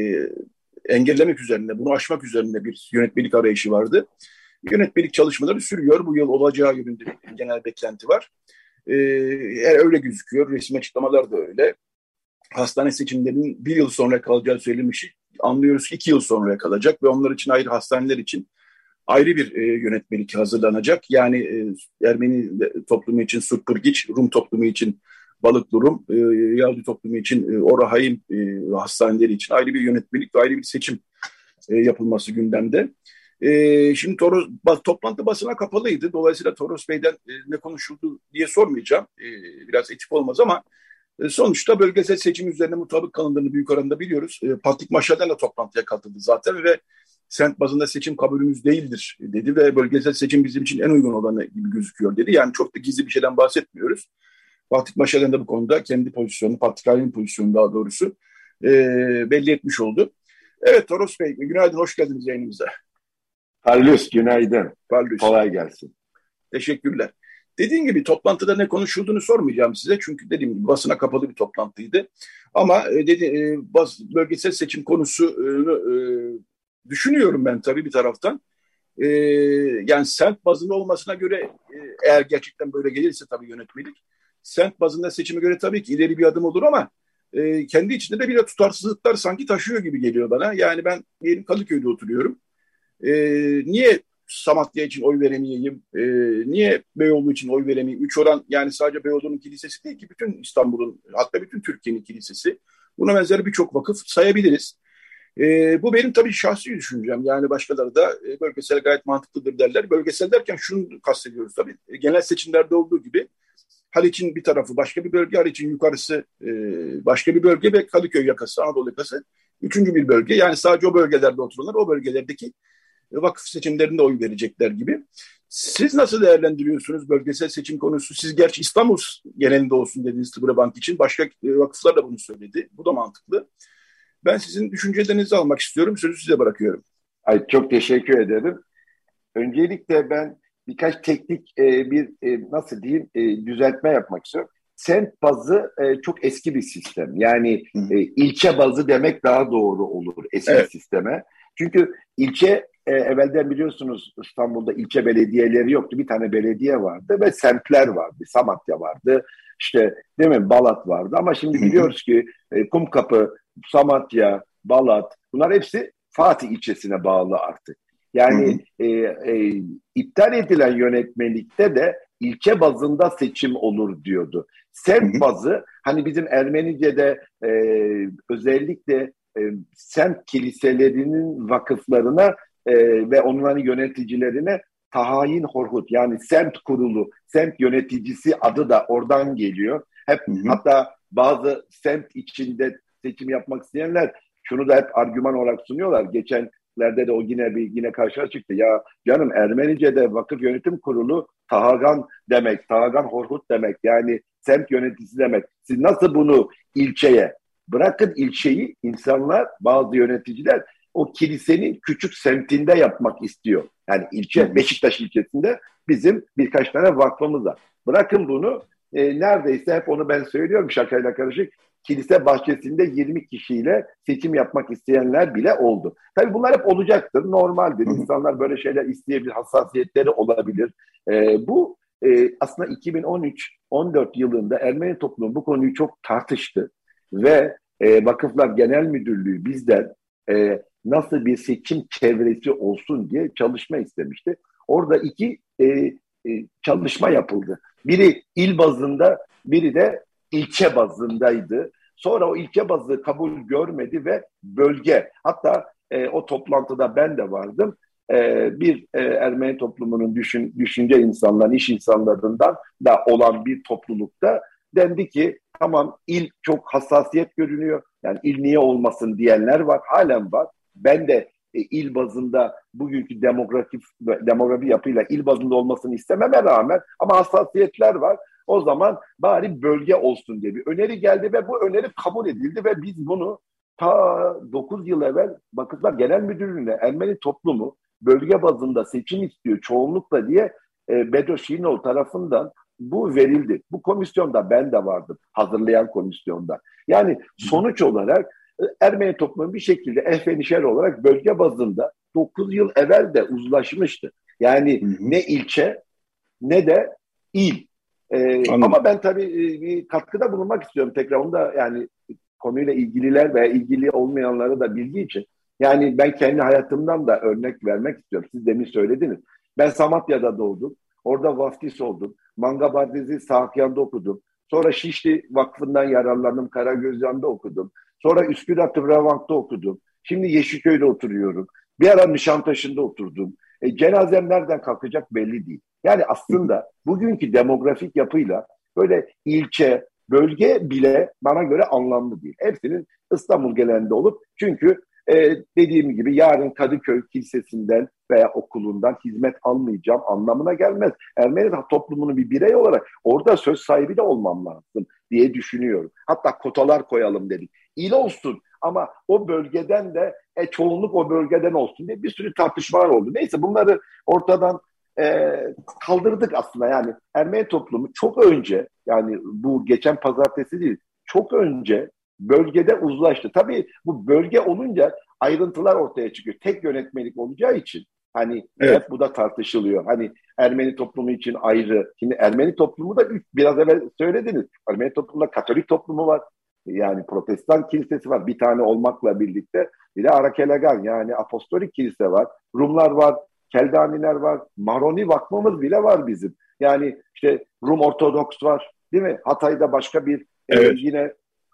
engellemek üzerine, bunu aşmak üzerine bir yönetmelik arayışı vardı. Yönetmelik çalışmaları sürüyor. Bu yıl olacağı yönünde bir genel beklenti var. E, eğer öyle gözüküyor, resmi açıklamalar da öyle. Hastane seçimlerinin bir yıl sonra kalacağı söylenmiş. Anlıyoruz ki iki yıl sonraya kalacak ve onlar için ayrı, hastaneler için ayrı bir e, yönetmelik hazırlanacak. Yani e, Ermeni toplumu için Surpurgiç, Rum toplumu için Balıklırum, e, Yahudi toplumu için e, Orahaim e, hastaneleri için ayrı bir yönetmelik ve ayrı bir seçim e, yapılması gündemde. E, şimdi Toros, toplantı basına kapalıydı. Dolayısıyla Toros Bey'den e, ne konuşuldu diye sormayacağım. E, biraz etik olmaz ama e, sonuçta bölgesel seçim üzerine mutabık kalındığını büyük oranda biliyoruz. E, Patrik Maşadel toplantıya katıldı zaten ve sent bazında seçim kabulümüz değildir dedi ve bölgesel seçim bizim için en uygun olanı gibi gözüküyor dedi. Yani çok da gizli bir şeyden bahsetmiyoruz. Patrik Maşadel de bu konuda kendi pozisyonunu, Patrik Ay'ın pozisyonu daha doğrusu e, belli etmiş oldu. Evet Toros Bey, günaydın, hoş geldiniz yayınımıza. Carlos, günaydın. Carlos. Kolay gelsin. Teşekkürler. Dediğim gibi toplantıda ne konuşulduğunu sormayacağım size. Çünkü dediğim gibi basına kapalı bir toplantıydı. Ama e, dedi, e, baz, bölgesel seçim konusu e, e, düşünüyorum ben tabii bir taraftan. E, yani sent bazında olmasına göre e, eğer gerçekten böyle gelirse tabii yönetmelik. Sent bazında seçime göre tabii ki ileri bir adım olur ama e, kendi içinde de bir de tutarsızlıklar sanki taşıyor gibi geliyor bana. Yani ben diyelim Kadıköy'de oturuyorum. E, niye Samatya için oy veremeyeyim? E, niye Beyoğlu için oy veremeyeyim? Üç oran yani sadece Beyoğlu'nun kilisesi değil ki bütün İstanbul'un hatta bütün Türkiye'nin kilisesi. Buna benzer birçok vakıf sayabiliriz. E, bu benim tabii şahsi düşüncem. Yani başkaları da e, bölgesel gayet mantıklıdır derler. Bölgesel derken şunu kastediyoruz tabii. E, genel seçimlerde olduğu gibi Haliç'in bir tarafı başka bir bölge, Haliç'in yukarısı e, başka bir bölge ve Kadıköy yakası, Anadolu yakası üçüncü bir bölge. Yani sadece o bölgelerde oturanlar o bölgelerdeki vakıf seçimlerinde oy verecekler gibi. Siz nasıl değerlendiriyorsunuz bölgesel seçim konusu? Siz gerçi İstanbul genelinde olsun dediniz Tıbra Bank için. Başka vakıflar da bunu söyledi. Bu da mantıklı. Ben sizin düşüncelerinizi almak istiyorum. Sözü size bırakıyorum. Ay, çok teşekkür ederim. Öncelikle ben birkaç teknik e, bir e, nasıl diyeyim e, düzeltme yapmak istiyorum. Sent bazı e, çok eski bir sistem. Yani e, ilçe bazı demek daha doğru olur eski evet. sisteme. Çünkü ilçe e, evvelden biliyorsunuz İstanbul'da ilçe belediyeleri yoktu. Bir tane belediye vardı ve semtler vardı. Samatya vardı. İşte değil mi? Balat vardı. Ama şimdi biliyoruz ki e, Kumkapı, Samatya, Balat bunlar hepsi Fatih ilçesine bağlı artık. Yani hı hı. E, e, iptal edilen yönetmelikte de ilçe bazında seçim olur diyordu. Semt hı hı. bazı hani bizim Ermenice'de e, özellikle e, semt kiliselerinin vakıflarına e, ve onların yöneticilerine tahayin horhut yani semt kurulu, semt yöneticisi adı da oradan geliyor. Hep hı hı. Hatta bazı semt içinde seçim yapmak isteyenler şunu da hep argüman olarak sunuyorlar. Geçenlerde de o yine bir yine karşıma çıktı. Ya canım Ermenice'de vakıf yönetim kurulu tahagan demek, tahagan horhut demek. Yani semt yöneticisi demek. Siz nasıl bunu ilçeye bırakın ilçeyi insanlar bazı yöneticiler o kilisenin küçük semtinde yapmak istiyor. Yani ilçe Beşiktaş ilçesinde bizim birkaç tane vakfımız var. Bırakın bunu e, neredeyse hep onu ben söylüyorum şakayla karışık. Kilise bahçesinde yirmi kişiyle seçim yapmak isteyenler bile oldu. Tabii bunlar hep olacaktır, normaldir. İnsanlar böyle şeyler isteyebilir, hassasiyetleri olabilir. Ee, bu e, aslında iki bin on üç on dört yılında Ermeni toplumu bu konuyu çok tartıştı. Ve e, Vakıflar Genel Müdürlüğü bizden e, nasıl bir seçim çevresi olsun diye çalışma istemişti. Orada iki e, e, çalışma yapıldı. Biri il bazında, biri de ilçe bazındaydı. Sonra o ilçe bazı kabul görmedi ve bölge, hatta e, o toplantıda ben de vardım. E, bir e, Ermeni toplumunun düşün, düşünce insanların, iş insanlarından da olan bir toplulukta dendi ki tamam il çok hassasiyet görünüyor. Yani il niye olmasın diyenler var, halen var. Ben de e, il bazında bugünkü demografik demografi yapıyla il bazında olmasını istememe rağmen ama hassasiyetler var. O zaman bari bölge olsun diye bir öneri geldi ve bu öneri kabul edildi ve biz bunu ta dokuz yıl evvel Vakıflar Genel Müdürlüğü'ne Ermeni toplumu bölge bazında seçim istiyor çoğunlukla diye e, Bedros-Şirinol tarafından bu verildi. Bu komisyonda ben de vardım. Hazırlayan komisyonda. Yani sonuç olarak Ermeni toplumu bir şekilde ehvenişer olarak bölge bazında dokuz yıl evvel de uzlaşmıştı. Yani hı hı. ne ilçe ne de il. Ee, ama ben tabii bir katkıda bulunmak istiyorum tekrar. Onu da yani konuyla ilgililer veya ilgili olmayanlara da bilgi için. Yani ben kendi hayatımdan da örnek vermek istiyorum. Siz demin söylediniz. Ben Samatya'da doğdum. Orada vaftiz oldum. Manga Bardezi Sahakyan'da okudum. Sonra Şişli Vakfı'ndan yararlandım. Karagözyan'da okudum. Sonra Üsküdar Tıbravank'ta okudum. Şimdi Yeşilköy'de oturuyorum. Bir ara Nişantaşı'nda oturdum. E, cenazem nereden kalkacak belli değil. Yani aslında bugünkü demografik yapıyla böyle ilçe, bölge bile bana göre anlamlı değil. Hepsinin İstanbul genelinde olup çünkü e, dediğim gibi yarın Kadıköy Kilisesi'nden veya okulundan hizmet almayacağım anlamına gelmez. Ermeni toplumunun bir birey olarak orada söz sahibi de olmam lazım diye düşünüyorum. Hatta kotalar koyalım dedik. İl olsun ama o bölgeden de e, çoğunluk o bölgeden olsun diye bir sürü tartışmalar oldu. Neyse bunları ortadan e, kaldırdık aslında. Yani Ermeni toplumu çok önce yani bu geçen pazartesi değil çok önce bölgede uzlaştı. Tabii bu bölge olunca ayrıntılar ortaya çıkıyor. Tek yönetmelik olacağı için hani evet. hep bu da tartışılıyor. Hani Ermeni toplumu için ayrı. Şimdi Ermeni toplumu da biraz evvel söylediniz. Ermeni toplumunda Katolik toplumu var. Yani Protestan kilisesi var. Bir tane olmakla birlikte. Bir de Arakelegan yani Apostolik kilise var. Rumlar var. Keldaniler var. Maroni vakfımız bile var bizim. Yani işte Rum Ortodoks var. Değil mi? Hatay'da başka bir evet. e, yine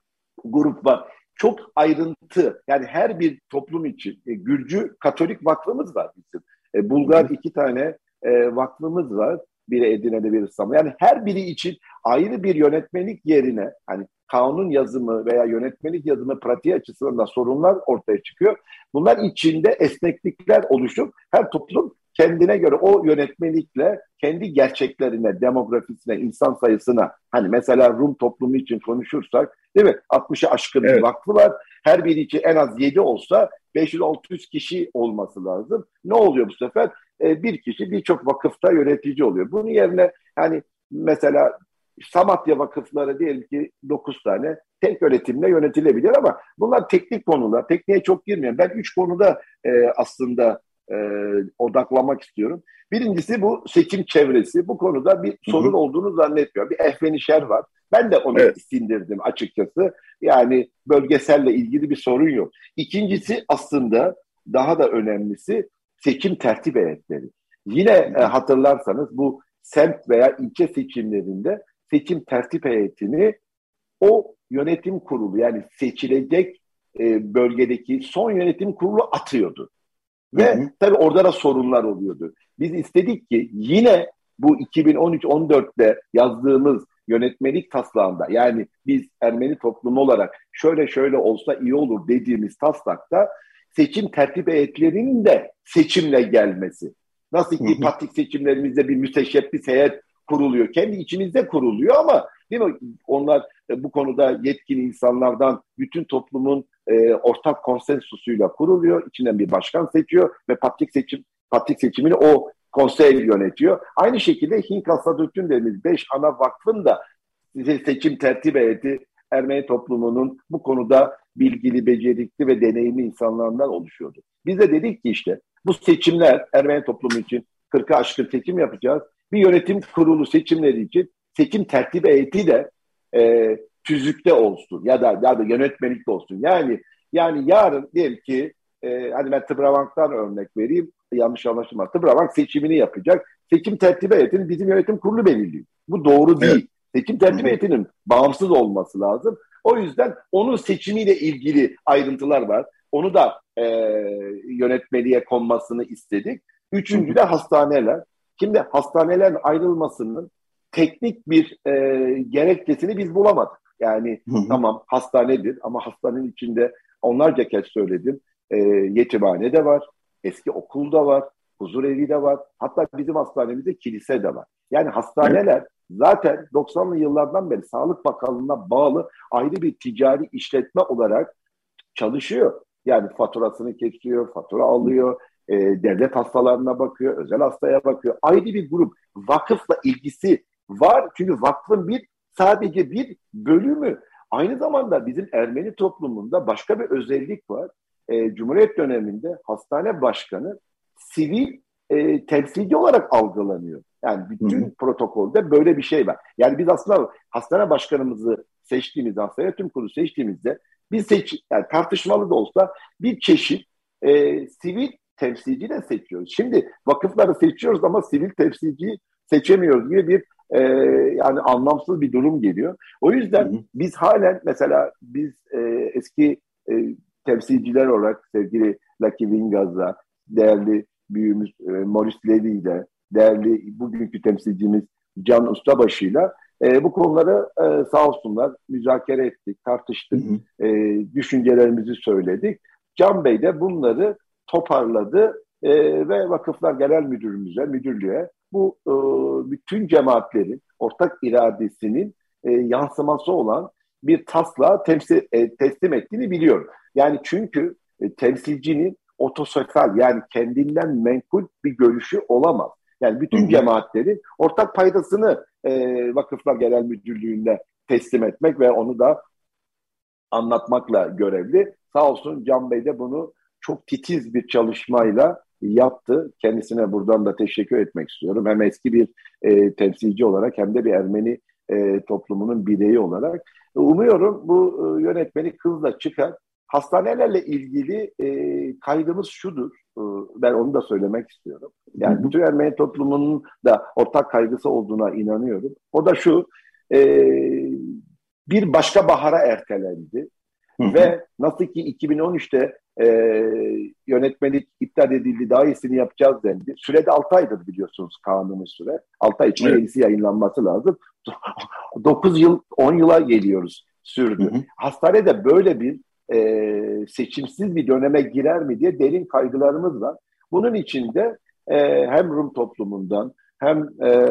grup var. Çok ayrıntı. Yani her bir toplum için e, Gürcü Katolik vakfımız var bizim. E, Bulgar iki tane e, vakfımız var. Biri Edirne'de, biri İstanbul'da. Yani her biri için ayrı bir yönetmelik yerine hani kanun yazımı veya yönetmelik yazımı pratiği açısından da sorunlar ortaya çıkıyor. Bunlar içinde esneklikler oluşup her toplum kendine göre o yönetmelikle kendi gerçeklerine, demografisine, insan sayısına hani mesela Rum toplumu için konuşursak değil mi? altmışı aşkın evet. vakfı var. Her biri için en az yedi olsa beş yüz altı yüz kişi olması lazım. Ne oluyor bu sefer? Ee, bir kişi birçok vakıfta yönetici oluyor. Bunun yerine hani mesela Samatya vakıfları diyelim ki dokuz tane tek yönetimle yönetilebilir ama bunlar teknik konular. Tekniğe çok girmeyen. Ben üç konuda e, aslında e, odaklamak istiyorum. Birincisi bu seçim çevresi. Bu konuda bir sorun hı hı. olduğunu zannetmiyorum. Bir ehvenişer var. Ben de onu evet. sindirdim açıkçası. Yani bölgeselle ilgili bir sorun yok. İkincisi aslında daha da önemlisi seçim tertip heyetleri. Yine e, hatırlarsanız bu semt veya ilçe seçimlerinde seçim tertip heyetini o yönetim kurulu yani seçilecek e, bölgedeki son yönetim kurulu atıyordu. Ve hı hı. tabii orada da sorunlar oluyordu. Biz istedik ki yine bu iki bin on üç on dörtte yazdığımız yönetmelik taslağında yani biz Ermeni toplumu olarak şöyle şöyle olsa iyi olur dediğimiz taslakta seçim tertip heyetlerinin de seçimle gelmesi. Nasıl ki patrik seçimlerimizde bir müteşebbis heyet kuruluyor. Kendi içimizde kuruluyor ama değil mi? Onlar e, bu konuda yetkin insanlardan bütün toplumun e, ortak konsensusuyla kuruluyor. İçinden bir başkan seçiyor ve patrik seçim patrik seçimini o konsey yönetiyor. Aynı şekilde Hinkal Sadütün dediğimiz beş ana vakfın da seçim tertip heyeti Ermeni toplumunun bu konuda bilgili, becerikli ve deneyimli insanlardan oluşuyordu. Biz de dedik ki işte bu seçimler Ermeni toplumu için kırkı aşkın seçim yapacağız. Bir yönetim kurulu seçimleri için seçim tertip heyeti de e, tüzükte olsun ya da ya da yönetmelikte olsun. Yani yani yarın diyelim ki e, hadi ben Tıbravank'tan örnek vereyim. Yanlış anlaşılmaz. Tıbravank seçimini yapacak. Seçim tertip heyetini bizim yönetim kurulu belirliyor. Bu doğru değil. Evet. Seçim tertip heyetinin bağımsız olması lazım. O yüzden onun seçimiyle ilgili ayrıntılar var. Onu da e, yönetmeliğe konmasını istedik. Üçüncü de hastaneler. Şimdi hastanelerin ayrılmasının teknik bir e, gerekçesini biz bulamadık. Yani hı hı. tamam hastanedir ama hastanenin içinde onlarca kez söyledim. E, yetimhane de var, eski okul da var, huzurevi de var. Hatta bizim hastanemizde kilise de var. Yani hastaneler evet. zaten doksanlı yıllardan beri Sağlık Bakanlığı'na bağlı ayrı bir ticari işletme olarak çalışıyor. Yani faturasını kesiyor, fatura alıyor, e, devlet hastalarına bakıyor, özel hastaya bakıyor. Ayrı bir grup vakıfla ilgisi var. Çünkü vakfın bir sadece bir bölümü. Aynı zamanda bizim Ermeni toplumunda başka bir özellik var. E, Cumhuriyet döneminde hastane başkanı sivil e, temsilci olarak algılanıyor. Yani bütün hı hı. protokolde böyle bir şey var. Yani biz aslında hastane başkanımızı seçtiğimizde, hastane tüm kurulu seçtiğimizde biz seç, yani tartışmalı da olsa bir çeşit e, sivil temsilci de seçiyoruz. Şimdi vakıfları seçiyoruz ama sivil temsilciyi seçemiyoruz gibi bir e, yani anlamsız bir durum geliyor. O yüzden hı hı. biz halen mesela biz e, eski e, temsilciler olarak sevgili Lucky Wingaz'la, değerli büyüğümüz e, Maurice Levy'yle, değerli bugünkü temsilcimiz Can Ustabaşı'yla e, bu konuları e, sağ olsunlar müzakere ettik, tartıştık, hı hı. E, düşüncelerimizi söyledik. Can Bey de bunları toparladı e, ve Vakıflar Genel Müdürümüze, müdürlüğe bu e, bütün cemaatlerin ortak iradesinin e, yansıması olan bir taslağı temsil, e, teslim ettiğini biliyorum. Yani çünkü e, temsilcinin otosokal yani kendinden menkul bir görüşü olamaz. Yani bütün hı hı. cemaatlerin ortak paydasını e, Vakıflar Genel Müdürlüğü'nde teslim etmek ve onu da anlatmakla görevli. Sağ olsun Can Bey de bunu çok titiz bir çalışmayla yaptı. Kendisine buradan da teşekkür etmek istiyorum. Hem eski bir e, temsilci olarak hem de bir Ermeni e, toplumunun bireyi olarak. Umuyorum bu e, yönetmeni hızla çıkar. Hastanelerle ilgili e, kaygımız şudur. E, ben onu da söylemek istiyorum. Yani bütün Ermeni toplumunun da ortak kaygısı olduğuna inanıyorum. O da şu, e, bir başka bahara ertelendi. Hı hı. Ve nasıl ki iki bin on üçte e, yönetmelik iptal edildi, daha iyisini yapacağız dendi. Sürede altı aydır biliyorsunuz kanuni süre. altı ay içinde evet. yenisi yayınlanması lazım. dokuz yıl, on yıla geliyoruz sürdü. Hı hı. Hastanede böyle bir e, seçimsiz bir döneme girer mi diye derin kaygılarımız var. Bunun içinde e, hem Rum toplumundan hem e,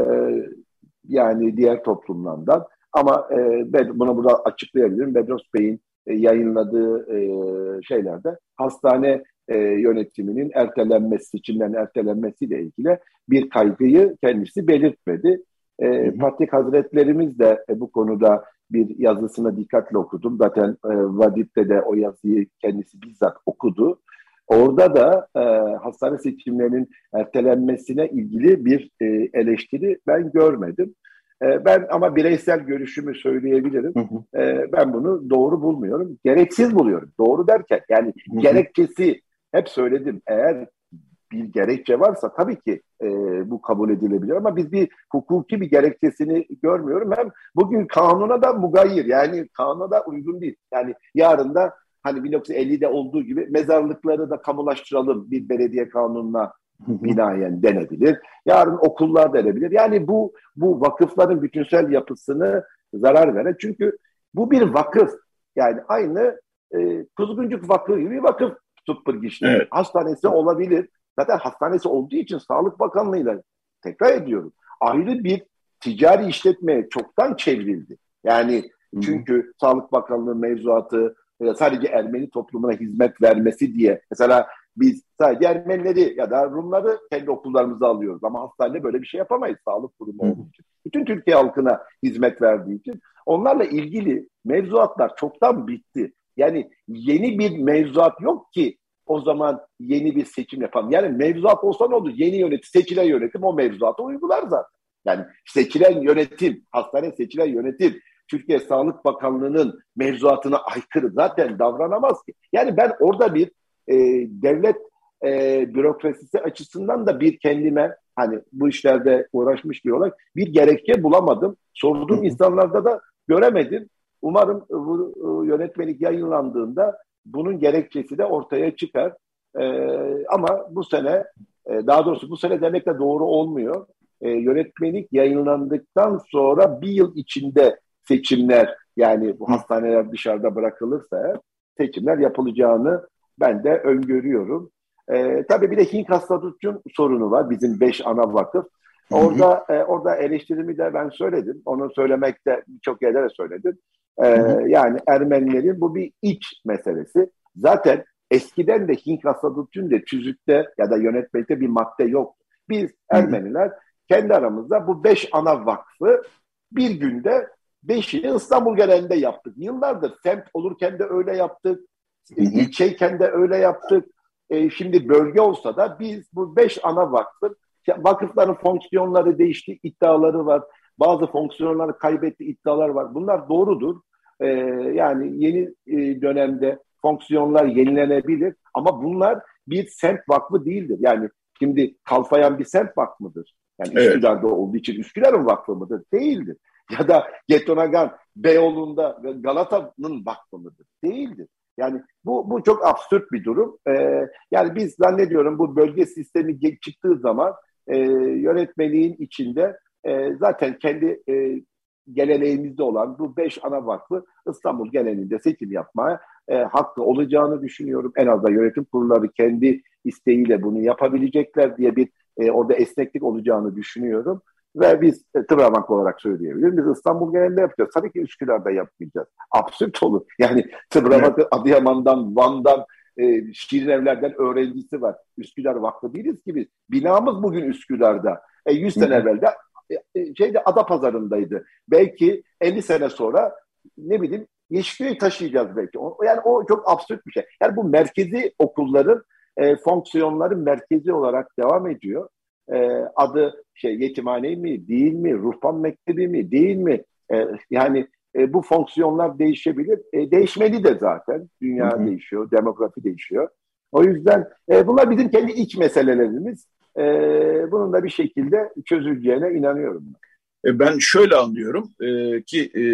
yani diğer toplumlardan ama e, ben bunu burada açıklayabilirim. Bedros Bey'in e, yayınladığı e, şeylerde hastane e, yönetiminin ertelenmesi, seçimlerin ertelenmesiyle ilgili bir kaygıyı kendisi belirtmedi. E, Fatih Hazretlerimiz de e, bu konuda bir yazısına dikkatle okudum. Zaten e, Vadip'te de o yazıyı kendisi bizzat okudu. Orada da e, hastane seçimlerinin ertelenmesine ilgili bir e, eleştiri ben görmedim. E, ben ama bireysel görüşümü söyleyebilirim. Hı hı. E, ben bunu doğru bulmuyorum. Gereksiz buluyorum. Doğru derken yani hı hı. gerekçesi hep söyledim. Eğer bir gerekçe varsa tabii ki e, bu kabul edilebilir ama biz bir hukuki bir gerekçesini görmüyorum. Hem bugün kanuna da mugayir yani kanuna da uygun değil. Yani yarın da hani bin dokuz yüz ellide olduğu gibi mezarlıkları da kamulaştıralım bir belediye kanununa binaen denebilir. Yarın okullar denebilir. Yani bu bu vakıfların bütünsel yapısını zarar verir. Çünkü bu bir vakıf. Yani aynı e, Kuzguncuk Vakfı gibi bir vakıf Tıbbırgiş'te. Evet. Hastanesi olabilir. Zaten hastanesi olduğu için Sağlık Bakanlığı'yla tekrar ediyorum. Ayrı bir ticari işletmeye çoktan çevrildi. Yani Hı-hı. çünkü Sağlık Bakanlığı mevzuatı sadece Ermeni toplumuna hizmet vermesi diye mesela biz sadece Ermenileri ya da Rumları kendi okullarımıza alıyoruz ama hastanede böyle bir şey yapamayız sağlık kurumu olduğu için. Bütün Türkiye halkına hizmet verdiği için onlarla ilgili mevzuatlar çoktan bitti. Yani yeni bir mevzuat yok ki o zaman yeni bir seçim yapalım. Yani mevzuat olsa ne olur? Yeni yönetim, seçilen yönetim o mevzuatı uygular zaten. Yani seçilen yönetim, hastane seçilen yönetim Türkiye Sağlık Bakanlığı'nın mevzuatına aykırı zaten davranamaz ki. Yani ben orada bir e, devlet e, bürokrasisi açısından da bir kendime hani bu işlerde uğraşmış bir olarak bir gerekçe bulamadım. Sorduğum Hı-hı. insanlarda da göremedim. Umarım bu yönetmelik yayınlandığında bunun gerekçesi de ortaya çıkar. E, ama bu sene e, daha doğrusu bu sene demek de doğru olmuyor. E, yönetmelik yayınlandıktan sonra bir yıl içinde seçimler yani bu hastaneler dışarıda bırakılırsa seçimler yapılacağını ben de öngörüyorum. Ee, tabii bir de Hink Statütçün sorunu var bizim beş ana vakıf. Orada e, orada eleştirimi de ben söyledim. Onu söylemekte birçok yerde de söyledim. Ee, yani Ermenilerin bu bir iç meselesi. Zaten eskiden de Hinkasatütün'de, tüzükte ya da yönetmelikte bir madde yok. Biz Ermeniler kendi aramızda bu beş ana vakfı bir günde beşini İstanbul genelinde yaptık. Yıllardır semt olurken de öyle yaptık. İlçeyken de öyle yaptık. E, şimdi bölge olsa da biz bu beş ana vakfın, vakıfların fonksiyonları değişti, iddiaları var. Bazı fonksiyonları kaybetti, iddialar var. Bunlar doğrudur. E, yani yeni e, dönemde fonksiyonlar yenilenebilir ama bunlar bir semt vakfı değildir. Yani şimdi Kalfayan bir semt vakfı mıdır? Yani evet. Üsküdar'da olduğu için Üsküdar'ın vakfı mıdır? Değildir. Ya da Getonagan Beyoğlu'nda Galata'nın vakfı mıdır? Değildir. Yani bu bu çok absürt bir durum. Ee, yani biz zannediyorum bu bölge sistemi çıktığı zaman e, yönetmeliğin içinde e, zaten kendi e, geleneğimizde olan bu beş ana vakfı İstanbul genelinde seçim yapmaya e, hakkı olacağını düşünüyorum. En azından yönetim kurulları kendi isteğiyle bunu yapabilecekler diye bir e, orada esneklik olacağını düşünüyorum. Ve biz e, Tıbrabank olarak söyleyebiliriz. Biz İstanbul genelinde yapacağız. Tabii ki Üsküdar'da yapmayacağız. Absürt olur. Yani Tıbrabank'ın evet. Adıyaman'dan, Van'dan, e, Şirinevler'den öğrencisi var. Üsküdar Vakfı değiliz ki biz. Binamız bugün Üsküdar'da. E, yüz sene evvel de e, şeyde Adapazarı'ndaydı. Belki elli sene sonra ne bileyim Yeşilköy'ü taşıyacağız belki. O, yani o çok absürt bir şey. Yani bu merkezi okulların e, fonksiyonları merkezi olarak devam ediyor. E, adı şey yetimhane mi, değil mi, ruhban mektebi mi, değil mi? E, yani e, bu fonksiyonlar değişebilir. E, değişmeli de zaten. Dünya hı hı. değişiyor, demografi değişiyor. O yüzden e, bunlar bizim kendi iç meselelerimiz. E, bunun da bir şekilde çözüleceğine inanıyorum. E, ben şöyle anlıyorum e, ki e,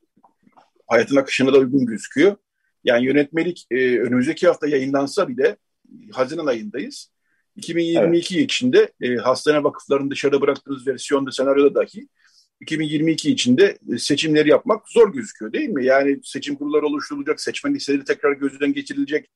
hayatın akışına da uygun gözüküyor. Yani yönetmelik e, önümüzdeki hafta yayınlansa bile Haziran ayındayız. iki bin yirmi iki evet. içinde e, hastane vakıflarını dışarıda bıraktığınız versiyonda, senaryoda dahi iki bin yirmi iki içinde seçimleri yapmak zor gözüküyor değil mi? Yani seçim kurulları oluşturulacak, seçmen listeleri tekrar gözden geçirilecek.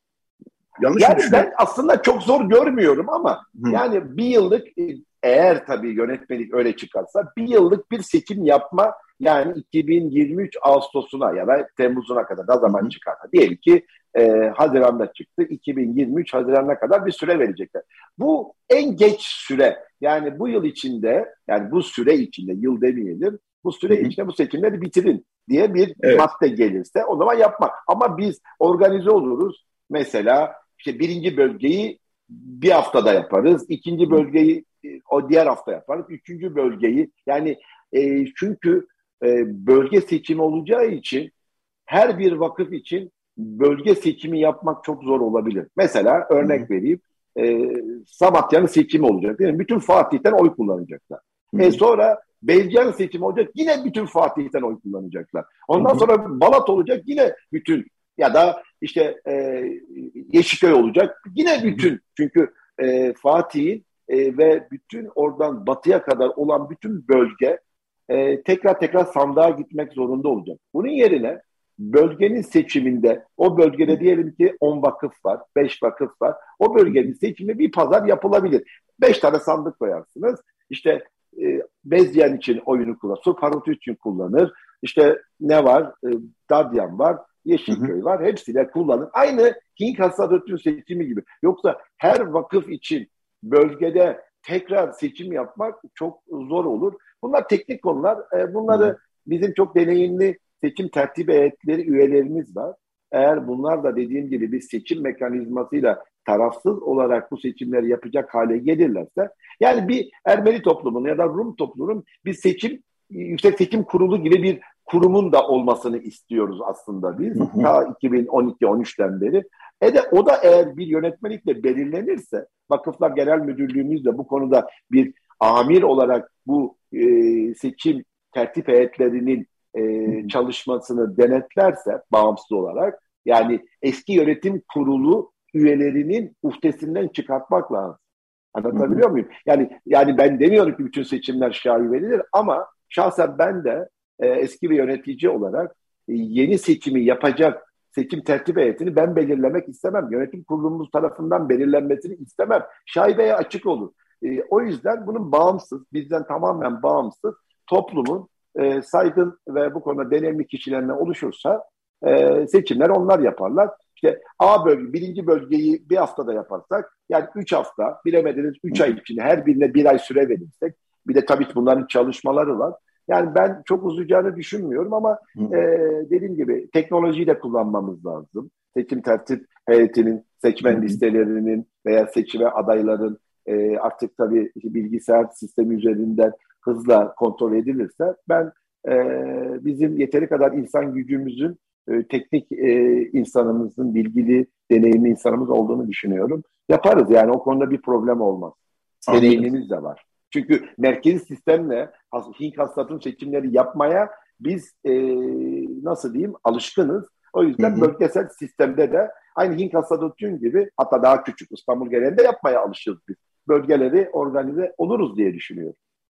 Yanlış yani mı düşünüyorum? Ben aslında çok zor görmüyorum ama Hı. yani bir yıllık eğer tabii yönetmelik öyle çıkarsa bir yıllık bir seçim yapma yani iki bin yirmi üç Ağustos'una ya da Temmuz'una kadar da zaman çıkarsa. Diyelim ki e, Haziran'da çıktı. iki bin yirmi üç Haziran'a kadar bir süre verecekler. Bu en geç süre. Yani bu yıl içinde yani bu süre içinde yıl demeyelim. Bu süre Hı-hı. içinde bu seçimleri bitirin diye bir evet. madde gelirse o zaman yapmak. Ama biz organize oluruz. Mesela işte birinci bölgeyi bir haftada yaparız. İkinci bölgeyi o diğer hafta yaparız. Üçüncü bölgeyi yani e, çünkü e, bölge seçimi olacağı için her bir vakıf için bölge seçimi yapmak çok zor olabilir. Mesela örnek hmm. vereyim. E, Samatya'nın seçimi olacak. Değil mi? Bütün Fatih'ten oy kullanacaklar. Hmm. E, sonra Belediye'nin seçimi olacak. Yine bütün Fatih'ten oy kullanacaklar. Ondan hmm. sonra Balat olacak. Yine bütün ya da işte e, Yeşilköy olacak. Yine bütün. Çünkü e, Fatih'in e, ve bütün oradan batıya kadar olan bütün bölge e, tekrar tekrar sandığa gitmek zorunda olacak. Bunun yerine bölgenin seçiminde o bölgede diyelim ki on vakıf var, beş vakıf var. O bölgenin seçimi bir pazar yapılabilir. beş tane sandık koyarsınız. İşte e, Bezdiyen için oyunu kullanır, Surparutu için kullanır. İşte ne var? E, Dadyan var, Yeşilköy hı hı. var. Hepsiyle kullanır. Aynı King Hasadöt'ün seçimi gibi. Yoksa her vakıf için bölgede tekrar seçim yapmak çok zor olur. Bunlar teknik konular. E, bunları hı. bizim çok deneyimli seçim tertip heyetleri üyelerimiz var. Eğer bunlar da dediğim gibi bir seçim mekanizmasıyla tarafsız olarak bu seçimleri yapacak hale gelirlerse yani bir Ermeni toplumunun ya da Rum toplumunun bir seçim Yüksek Seçim Kurulu gibi bir kurumun da olmasını istiyoruz aslında biz. Hı hı. Ta iki bin on iki on üçten beri. E de o da eğer bir yönetmelikle belirlenirse Vakıflar Genel Müdürlüğümüz de bu konuda bir amir olarak bu e, seçim tertip heyetlerinin e, çalışmasını denetlerse bağımsız olarak yani eski yönetim kurulu üyelerinin uhdesinden çıkartmak lazım. Anlatabiliyor muyum? Yani yani ben demiyorum ki bütün seçimler şaibelidir ama şahsen ben de e, eski bir yönetici olarak e, yeni seçimi yapacak seçim tertip heyetini ben belirlemek istemem. Yönetim kurulumuz tarafından belirlenmesini istemem. Şaibeye açık olur. E, o yüzden bunun bağımsız, bizden tamamen bağımsız toplumun e, saygın ve bu konuda deneyimli kişilerine oluşursa e, seçimler onlar yaparlar. İşte A bölge, birinci bölgeyi bir haftada yaparsak, yani üç hafta, bilemediniz üç ay içinde her birine bir ay süre verirsek, bir de tabii ki bunların çalışmaları var. Yani ben çok uzayacağını düşünmüyorum ama e, dediğim gibi teknolojiyi de kullanmamız lazım. Seçim tertip heyetinin, seçmen listelerinin veya seçime adayların e, artık tabii bilgisayar sistemi üzerinden hızla kontrol edilirse, ben e, bizim yeteri kadar insan gücümüzün, e, teknik e, insanımızın, bilgili, deneyimli insanımız olduğunu düşünüyorum. Yaparız yani, o konuda bir problem olmaz. Anladım. Deneyimimiz de var. Çünkü merkezi sistemle Hink Hassat'ın seçimleri yapmaya biz e, nasıl diyeyim alışkınız. O yüzden hı hı. bölgesel sistemde de aynı Hink Hassat'ın gibi, hatta daha küçük İstanbul genelinde yapmaya alışırız biz. Bölgeleri organize oluruz diye düşünüyorum.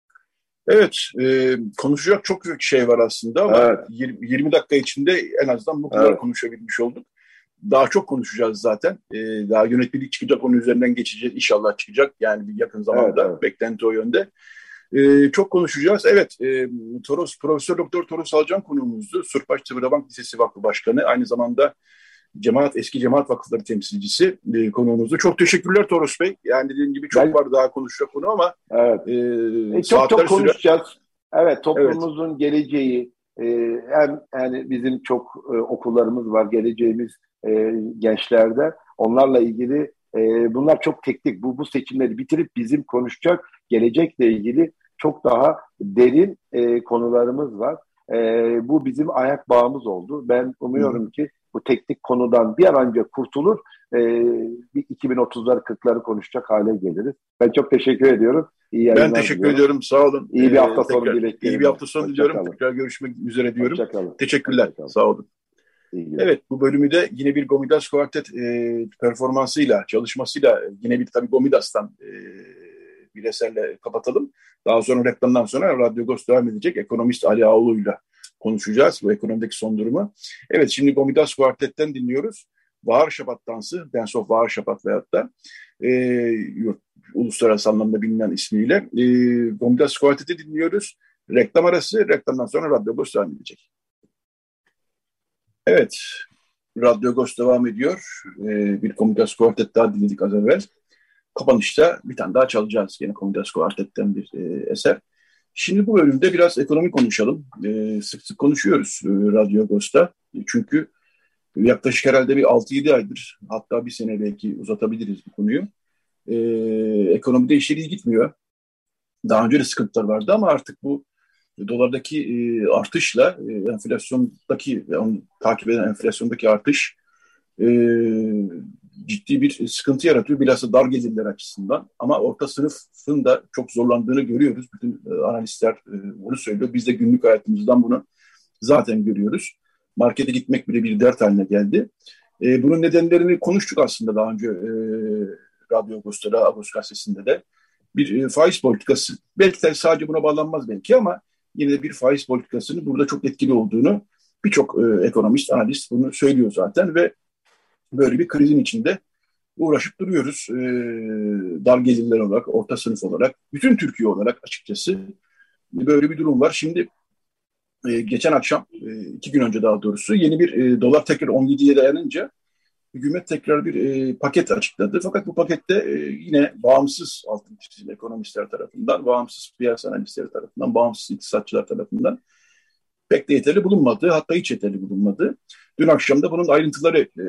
Evet, e, konuşacak çok şey var aslında ama evet. yirmi, yirmi dakika içinde en azından bu kadar evet. konuşabilmiş olduk. Daha çok konuşacağız zaten. E, daha yönetmelik çıkacak, onun üzerinden geçeceğiz. İnşallah çıkacak yani bir yakın zamanda. Evet, evet. Beklenti o yönde. E, çok konuşacağız. Evet, e, Toros, Profesör Doktor Toros Alcan konuğumuzdu. Surpaş Tıbırabank Lisesi Vakfı Başkanı. Aynı zamanda Cemaat, eski Cemaat Vakıfları temsilcisi e, konuğumuzdu. Çok teşekkürler Toros Bey. Yani dediğim gibi çok ben, var daha konuşacak konu ama evet. e, e, çok çok konuşacağız. Sürer. Evet, toplumumuzun evet. geleceği, e, hem yani bizim çok e, okullarımız var, geleceğimiz e, gençlerde. Onlarla ilgili e, bunlar çok teknik. Bu bu seçimleri bitirip bizim konuşacak gelecekle ilgili çok daha derin e, konularımız var. E, bu bizim ayak bağımız oldu. Ben umuyorum Hı. ki bu teknik konudan bir an önce kurtulur, e, bir iki bin otuzlar kırkları konuşacak hale geliriz. Ben çok teşekkür ediyorum. İyi ben teşekkür diliyorum. ediyorum. Sağ olun. İyi bir hafta sonu ee, dileklerim. İyi bir hafta sonu diliyorum. Tekrar görüşmek üzere diyorum. Hoşçakalın. Teşekkürler. Hoşçakalın. Sağ olun. Evet, bu bölümü de yine bir Gomidas Quartet e, performansıyla, çalışmasıyla, yine bir tabii Gomidas'tan e, bir eserle kapatalım. Daha sonra reklamdan sonra Radyo Agos devam edecek. Ekonomist Ali Ağoğlu'yla konuşacağız bu ekonomideki son durumu. Evet, şimdi Gomidas Quartet'ten dinliyoruz. Bahar Şapat dansı, Dance of Bahar Şapat veyahut da e, yurt, uluslararası anlamda bilinen ismiyle e, Gomidas Quartet'i dinliyoruz. Reklam arası, reklamdan sonra Radyo Agos devam edecek. Evet, Radyo Agos devam ediyor. Ee, bir Gomidas Quartet daha dinledik az evvel. Kapanışta bir tane daha çalacağız. Yine Gomidas Quartet'ten bir e, eser. Şimdi bu bölümde biraz ekonomi konuşalım. E, sık sık konuşuyoruz e, Radyo Agos'ta. E, çünkü yaklaşık herhalde bir altı yedi aydır, hatta bir sene belki uzatabiliriz bu konuyu. E, ekonomide işleri iyi gitmiyor. Daha önce de sıkıntılar vardı ama artık bu dolardaki e, artışla e, enflasyondaki ve onu takip eden enflasyondaki artış e, ciddi bir sıkıntı yaratıyor. Bilhassa dar gelirler açısından. Ama orta sınıfın da çok zorlandığını görüyoruz. Bütün e, analistler e, bunu söylüyor. Biz de günlük hayatımızdan bunu zaten görüyoruz. Markete gitmek bile bir dert haline geldi. E, bunun nedenlerini konuştuk aslında daha önce e, Radyo Agos'ta da, Agos Gazetesi'nde de. Bir e, faiz politikası. Belki de sadece buna bağlanmaz belki ama yine de bir faiz politikasının burada çok etkili olduğunu birçok e, ekonomist, analist bunu söylüyor zaten ve böyle bir krizin içinde uğraşıp duruyoruz. E, dar gelirler olarak, orta sınıf olarak, bütün Türkiye olarak açıkçası böyle bir durum var. Şimdi e, geçen akşam, e, iki gün önce daha doğrusu yeni bir e, dolar tekrar on yediye dayanınca hükümet tekrar bir e, paket açıkladı. Fakat bu pakette e, yine bağımsız altın çizili ekonomistler tarafından, bağımsız piyasa analistleri tarafından, bağımsız iktisatçılar tarafından pek de yeterli bulunmadı. Hatta hiç yeterli bulunmadı. Dün akşam da bunun ayrıntıları e,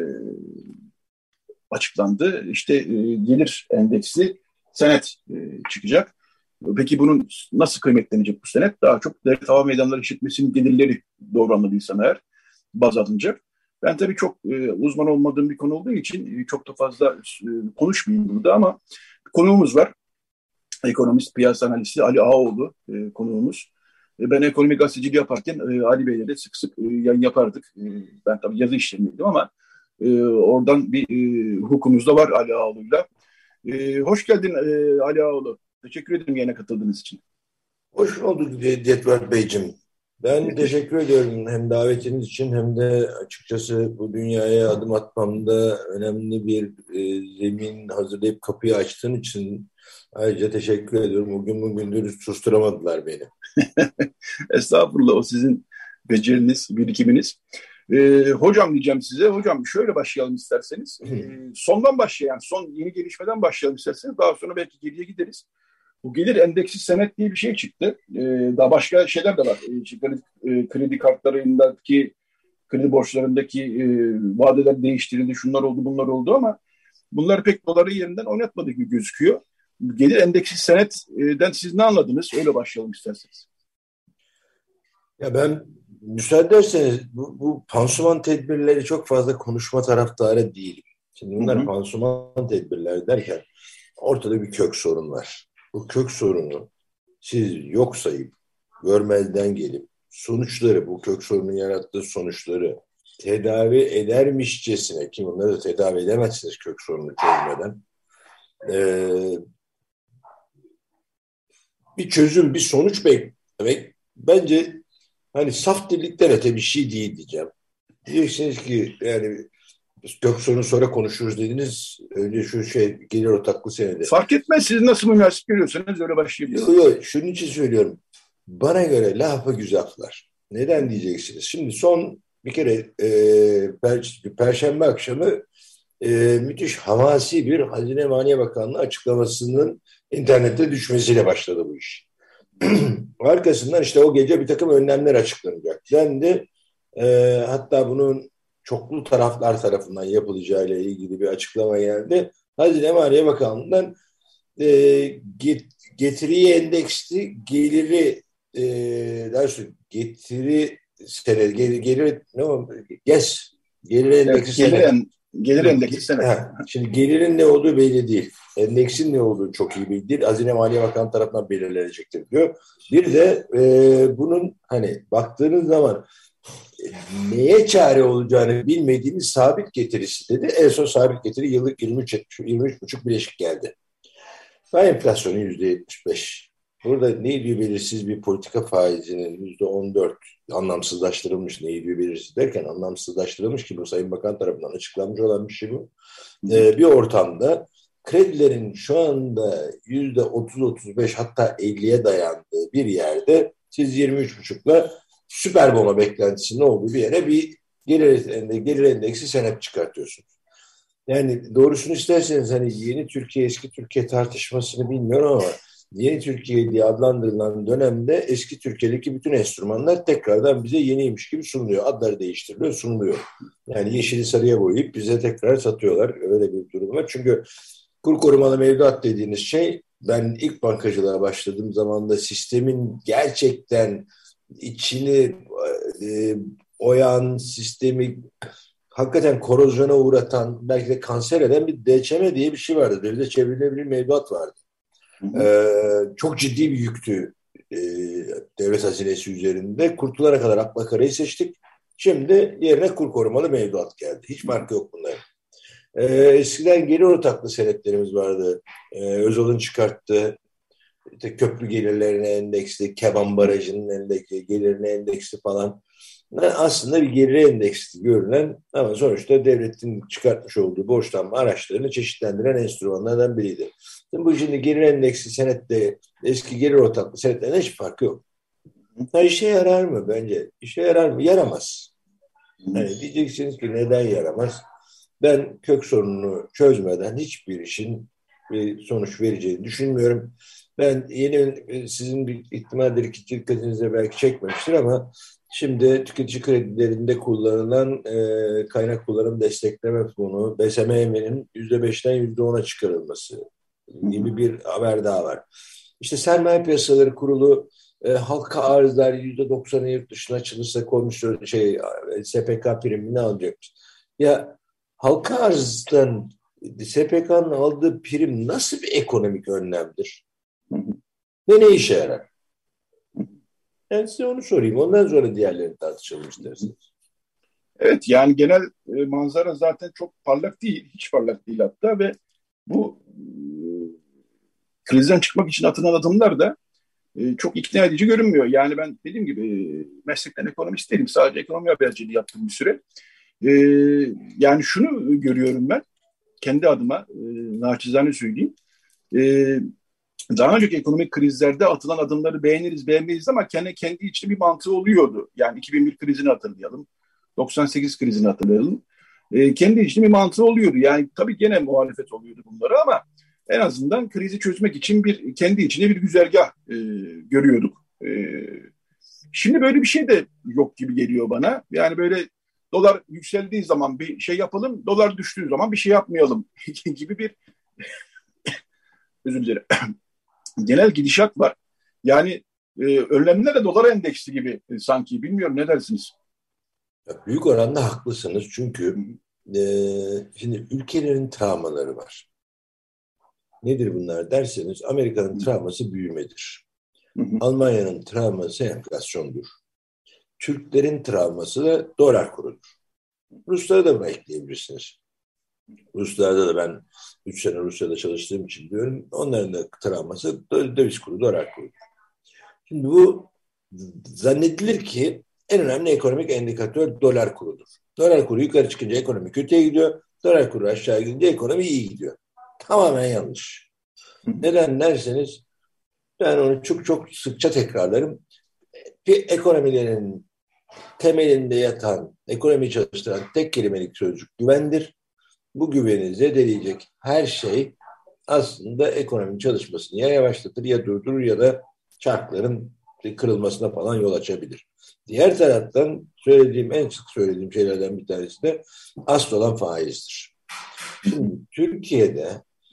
açıklandı. İşte e, gelir endeksli senet e, çıkacak. Peki bunun nasıl kıymetlenecek bu senet? Daha çok devlet hava meydanları işletmesinin gelirleri doğru anladıysam eğer baz alınacak. Ben tabii çok e, uzman olmadığım bir konu olduğu için e, çok da fazla e, konuşmayayım burada ama konuğumuz var. Ekonomist, piyasa analisti Ali Ağoğlu e, konuğumuz. E, ben ekonomi gazeteciliği yaparken e, Ali Bey'le de sık sık e, yayın yapardık. E, ben tabii yazı işlemiyordum ama e, oradan bir e, hukukumuz da var Ali Ağoğlu'yla. E, hoş geldin e, Ali Ağoğlu. Teşekkür ederim yine katıldığınız için. Hoş bulduk Cetvel Beyciğim. Ben teşekkür ediyorum hem davetiniz için hem de açıkçası bu dünyaya adım atmamda önemli bir e, zemin hazırlayıp kapıyı açtığın için ayrıca teşekkür ediyorum. Bugün bugündür susturamadılar beni. Estağfurullah, o sizin beceriniz, birikiminiz. E, hocam diyeceğim size, hocam şöyle başlayalım isterseniz. E, sondan başlayalım, son yeni gelişmeden başlayalım isterseniz. Daha sonra belki geriye gideriz. Bu gelir endeksi senet diye bir şey çıktı. E, daha başka şeyler de var. E, kredi, e, kredi kartlarındaki, kredi borçlarındaki e, vadeler değiştirildi, şunlar oldu, bunlar oldu ama bunlar pek doları yerinden oynatmadığı gibi gözüküyor. Gelir endeksi senetten siz ne anladınız? Öyle başlayalım isterseniz. Ya ben müsaade ederseniz bu, bu pansuman tedbirleri çok fazla konuşma taraftarı değilim. Şimdi bunlar hı hı. pansuman tedbirleri derken ortada bir kök sorun var. Bu kök sorunu siz yok sayıp, görmezden gelip sonuçları, bu kök sorunun yarattığı sonuçları tedavi edermişçesine, ki bunları da tedavi edemezsiniz kök sorunu çözmeden, ee, bir çözüm, bir sonuç beklemek bence hani saf dillikten öte bir şey değil diyeceğim. Diyeceksiniz ki yani kök sorunu sonra konuşuruz dediniz. Önce şu şey gelir ortaklı senedi. Fark etmez, siz nasıl münasip görüyorsanız öyle başlayabilirsiniz. Yok yok, şunun için söylüyorum. Bana göre lafı güzaflar. Neden diyeceksiniz? Şimdi son bir kere e, per, Perşembe akşamı e, müthiş havasi bir Hazine Maliye Bakanlığı açıklamasının internette düşmesiyle başladı bu iş. Arkasından işte o gece bir takım önlemler açıklanacak dendi. E, hatta bunun çoklu taraflar tarafından yapılacağıyla ilgili bir açıklama geldi. Hazine Maliye Bakanlığı'ndan e, get, getiriyi endeksli geliri e, dersi getiri sene gelir, gelir ne o GES gelir endeksi evet, gelir, sene. gelir endeksi sene. Şimdi gelirin ne olduğu belli değil. Endeksin ne olduğu çok iyi belli değil. Hazine Maliye Bakanı tarafından belirlenecektir diyor. Bir de e, bunun hani baktığınız zaman e, neye çare olacağını bilmediğimiz sabit getirisi dedi. En son sabit getiri yıllık yirmi üç buçuk bileşik geldi. Ve enflasyonun yüzde yetmiş beş. Burada neydi belirsiz bir politika faizinin yüzde on dört anlamsızlaştırılmış, neydi belirsiz derken anlamsızlaştırılmış ki bu Sayın Bakan tarafından açıklanmış olan bir şey bu. Ee, bir ortamda kredilerin şu anda yüzde otuz otuz beş hatta elliye dayandığı bir yerde siz yirmi üç buçukla süper boma beklentisinin olduğu bir yere bir gelir, gelir endeksi senet çıkartıyorsunuz. Yani doğrusunu isterseniz hani yeni Türkiye eski Türkiye tartışmasını bilmiyorum ama yeni Türkiye diye adlandırılan dönemde eski Türkiye'deki bütün enstrümanlar tekrardan bize yeniymiş gibi sunuluyor. Adları değiştiriliyor, sunuluyor. Yani yeşili sarıya boyayıp bize tekrar satıyorlar. Öyle bir durum var. Çünkü kur korumalı mevduat dediğiniz şey, ben ilk bankacılığa başladığım zaman da sistemin gerçekten içini e, oyan, sistemi hakikaten korozyona uğratan, belki de kanser eden bir D Ç M diye bir şey vardı. Devlet çevrilebilir mevduat vardı. Ee, çok ciddi bir yüktü e, devlet hazinesi üzerinde. Kurtulana kadar Akbakara'yı seçtik. Şimdi yerine kur korumalı mevduat geldi. Hiç farkı yok bunların. Ee, eskiden gelir ortaklı senetlerimiz vardı. Ee, Özal'ın çıkarttığı işte köprü gelirlerine endeksli, Keban Barajı'nın endeksli, gelirine endeksli falan. Aslında bir gelir endeksli görünen ama sonuçta devletin çıkartmış olduğu borçlanma araçlarını çeşitlendiren enstrümanlardan biriydi. Şimdi bu şimdi gelir endeksli senette eski gelir ortaklı senetlerine hiç farkı yok. Ha, işe yarar mı bence? İşe yarar mı? Yaramaz. Yani diyeceksiniz ki neden yaramaz? Ben kök sorununu çözmeden hiçbir işin bir sonuç vereceğini düşünmüyorum. Ben yeni sizin bir ihtimalleri dikkatinize belki çekmemiştir ama şimdi tüketici kredilerinde kullanılan e, kaynak kullanım destekleme fonu B S M M'nin yüzde beşten yüzde ona çıkarılması gibi bir haber daha var. İşte Sermaye Piyasaları Kurulu e, halka arzlar yüzde doksanı yurt dışına açılırsa komisyon şey S P K primini alacakmış. Ya halka arzdan S P K'nın aldığı prim nasıl bir ekonomik önlemdir? Ve ne işe yarar? Ben size onu sorayım. Ondan sonra diğerlerini tartışalım isterseniz. Evet, yani genel e, manzara zaten çok parlak değil. Hiç parlak değil hatta ve bu e, krizden çıkmak için atılan adımlar da e, çok ikna edici görünmüyor. Yani ben dediğim gibi e, meslekten ekonomist değilim. Sadece ekonomi haberciliği yaptım bir süre. E, yani şunu görüyorum ben. Kendi adıma e, naçizane söyleyeyim. E, Daha önceki ekonomik krizlerde atılan adımları beğeniriz, beğenmeyiz ama kendi, kendi içinde bir mantığı oluyordu. Yani iki bin bir krizini hatırlayalım. doksan sekiz krizini hatırlayalım. E, kendi içinde bir mantığı oluyordu. Yani tabii gene muhalefet oluyordu bunlara ama en azından krizi çözmek için bir kendi içinde bir güzergah e, görüyorduk. E, şimdi böyle bir şey de yok gibi geliyor bana. Yani böyle dolar yükseldiği zaman bir şey yapalım, dolar düştüğü zaman bir şey yapmayalım gibi bir özür dilerim. Genel gidişat var. Yani e, önlemler de dolar endeksli gibi e, sanki. Bilmiyorum, ne dersiniz? Büyük oranda haklısınız çünkü e, şimdi ülkelerin travmaları var. Nedir bunlar derseniz Amerika'nın travması büyümedir. Almanya'nın travması enflasyondur. Türklerin travması da dolar kurudur. Ruslara da bunu ekleyebilirsiniz. Ruslarda da ben üç sene Rusya'da çalıştığım için diyorum. Onların da travması döviz kuru, dolar kuru. Şimdi bu zannedilir ki en önemli ekonomik endikatör dolar kurudur. Dolar kuru yukarı çıkınca ekonomi kötüye gidiyor. Dolar kuru aşağı gidince ekonomi iyi gidiyor. Tamamen yanlış. Neden derseniz ben onu çok çok sıkça tekrarlarım. Bir ekonomilerin temelinde yatan, ekonomi çalıştıran tek kelimelik sözcük güvendir. Bu güveni zedeleyecek her şey aslında ekonominin çalışmasını ya yavaşlatır ya durdurur ya da çarkların kırılmasına falan yol açabilir. Diğer taraftan söylediğim, en sık söylediğim şeylerden bir tanesi de asıl olan faizdir. Şimdi Türkiye'de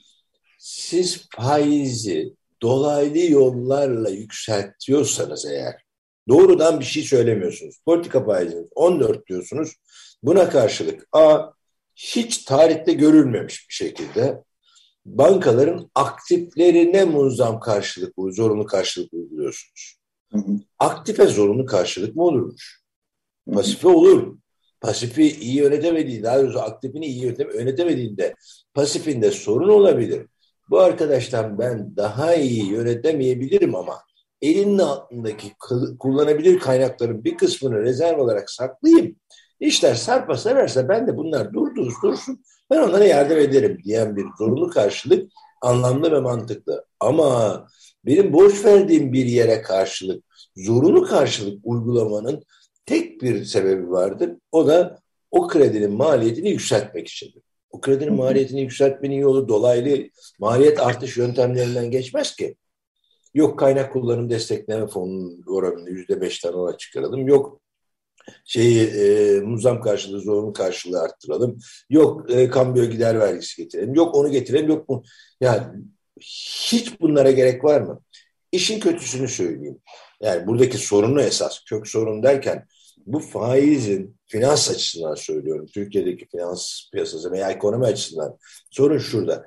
siz faizi dolaylı yollarla yükseltiyorsanız eğer, doğrudan bir şey söylemiyorsunuz. Politika faiziniz on dört diyorsunuz. Buna karşılık A, hiç tarihte görülmemiş bir şekilde bankaların aktiflerine munzam karşılık, zorunlu karşılık uyguluyorsunuz. Hı hı. Aktife zorunlu karşılık mı olurmuş? Pasife olur. Pasifi iyi yönetemediği, daha doğrusu aktifini iyi yönetemediğinde pasifinde sorun olabilir. Bu arkadaştan ben daha iyi yönetemeyebilirim ama elinin altındaki kullanabilir kaynakların bir kısmını rezerv olarak saklayayım. İşler sarpa sararsa ben de bunlar durduğu dursun, ben onlara yardım ederim diyen bir zorunlu karşılık anlamlı ve mantıklı. Ama benim borç verdiğim bir yere karşılık zorunlu karşılık uygulamanın tek bir sebebi vardır. O da o kredinin maliyetini yükseltmek içindir. O kredinin maliyetini yükseltmenin yolu dolaylı maliyet artış yöntemlerinden geçmez ki. Yok kaynak kullanım destekleme fonunun oranını yüzde beşten ona çıkaralım. Yok şeyi e, muzam karşılığı, zorunlu karşılığı arttıralım. Yok e, kambiyo gider vergisi getirelim. Yok onu getirelim. Yok bu. Yani hiç bunlara gerek var mı? İşin kötüsünü söyleyeyim. Yani buradaki sorunu esas, kök sorun derken bu faizin finans açısından söylüyorum. Türkiye'deki finans piyasası veya ekonomi açısından sorun şurada.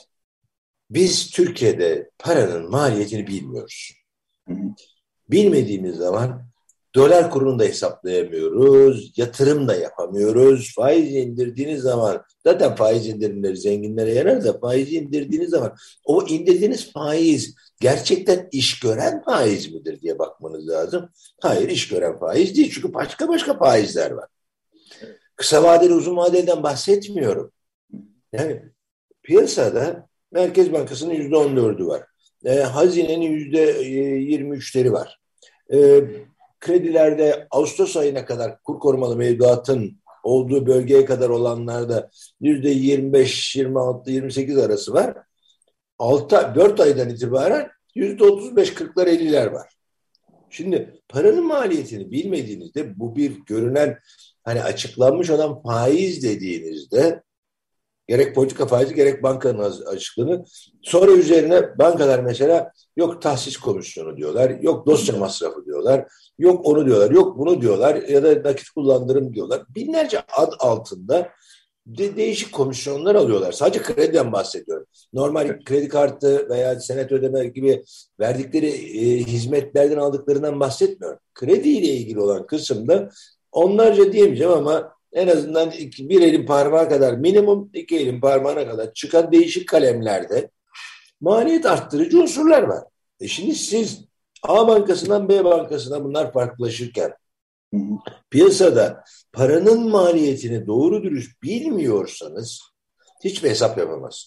Biz Türkiye'de paranın maliyetini bilmiyoruz. Bilmediğimiz zaman dolar kurunu da hesaplayamıyoruz, yatırım da yapamıyoruz. Faiz indirdiğiniz zaman, zaten faiz indirimleri zenginlere yarar da faiz indirdiğiniz zaman o indirdiğiniz faiz gerçekten iş gören faiz midir diye bakmanız lazım. Hayır, iş gören faiz değil çünkü başka başka faizler var. Kısa vadeli, uzun vadeliden bahsetmiyorum. Yani piyasada Merkez Bankası'nın yüzde on dördü var. E, hazinenin yüzde yirmi üçleri var. E, kredilerde Ağustos ayına kadar kur korumalı mevduatın olduğu bölgeye kadar olanlarda yüzde yirmi beş, yirmi altı, yirmi sekiz arası var. altı, dört aydan itibaren yüzde otuz beş, kırklar, elliler var. Şimdi paranın maliyetini bilmediğinizde bu bir görünen hani açıklanmış olan faiz dediğinizde gerek politika faizi gerek bankanın açıklığını sonra üzerine bankalar mesela yok tahsis komisyonu diyorlar, yok dosya masrafı diyorlar, yok onu diyorlar, yok bunu diyorlar ya da nakit kullandırım diyorlar. Binlerce ad altında de değişik komisyonlar alıyorlar. Sadece krediden bahsediyorum. Normal kredi kartı veya senet ödeme gibi verdikleri e, hizmetlerden aldıklarından bahsetmiyorum. Krediyle ilgili olan kısımda onlarca diyemeyeceğim ama en azından iki, bir elin parmağı kadar minimum iki elin parmağına kadar çıkan değişik kalemlerde maliyet arttırıcı unsurlar var. E şimdi siz A bankasından B bankasına bunlar farklılaşırken piyasada paranın maliyetini doğru dürüst bilmiyorsanız hiçbir hesap yapamazsınız.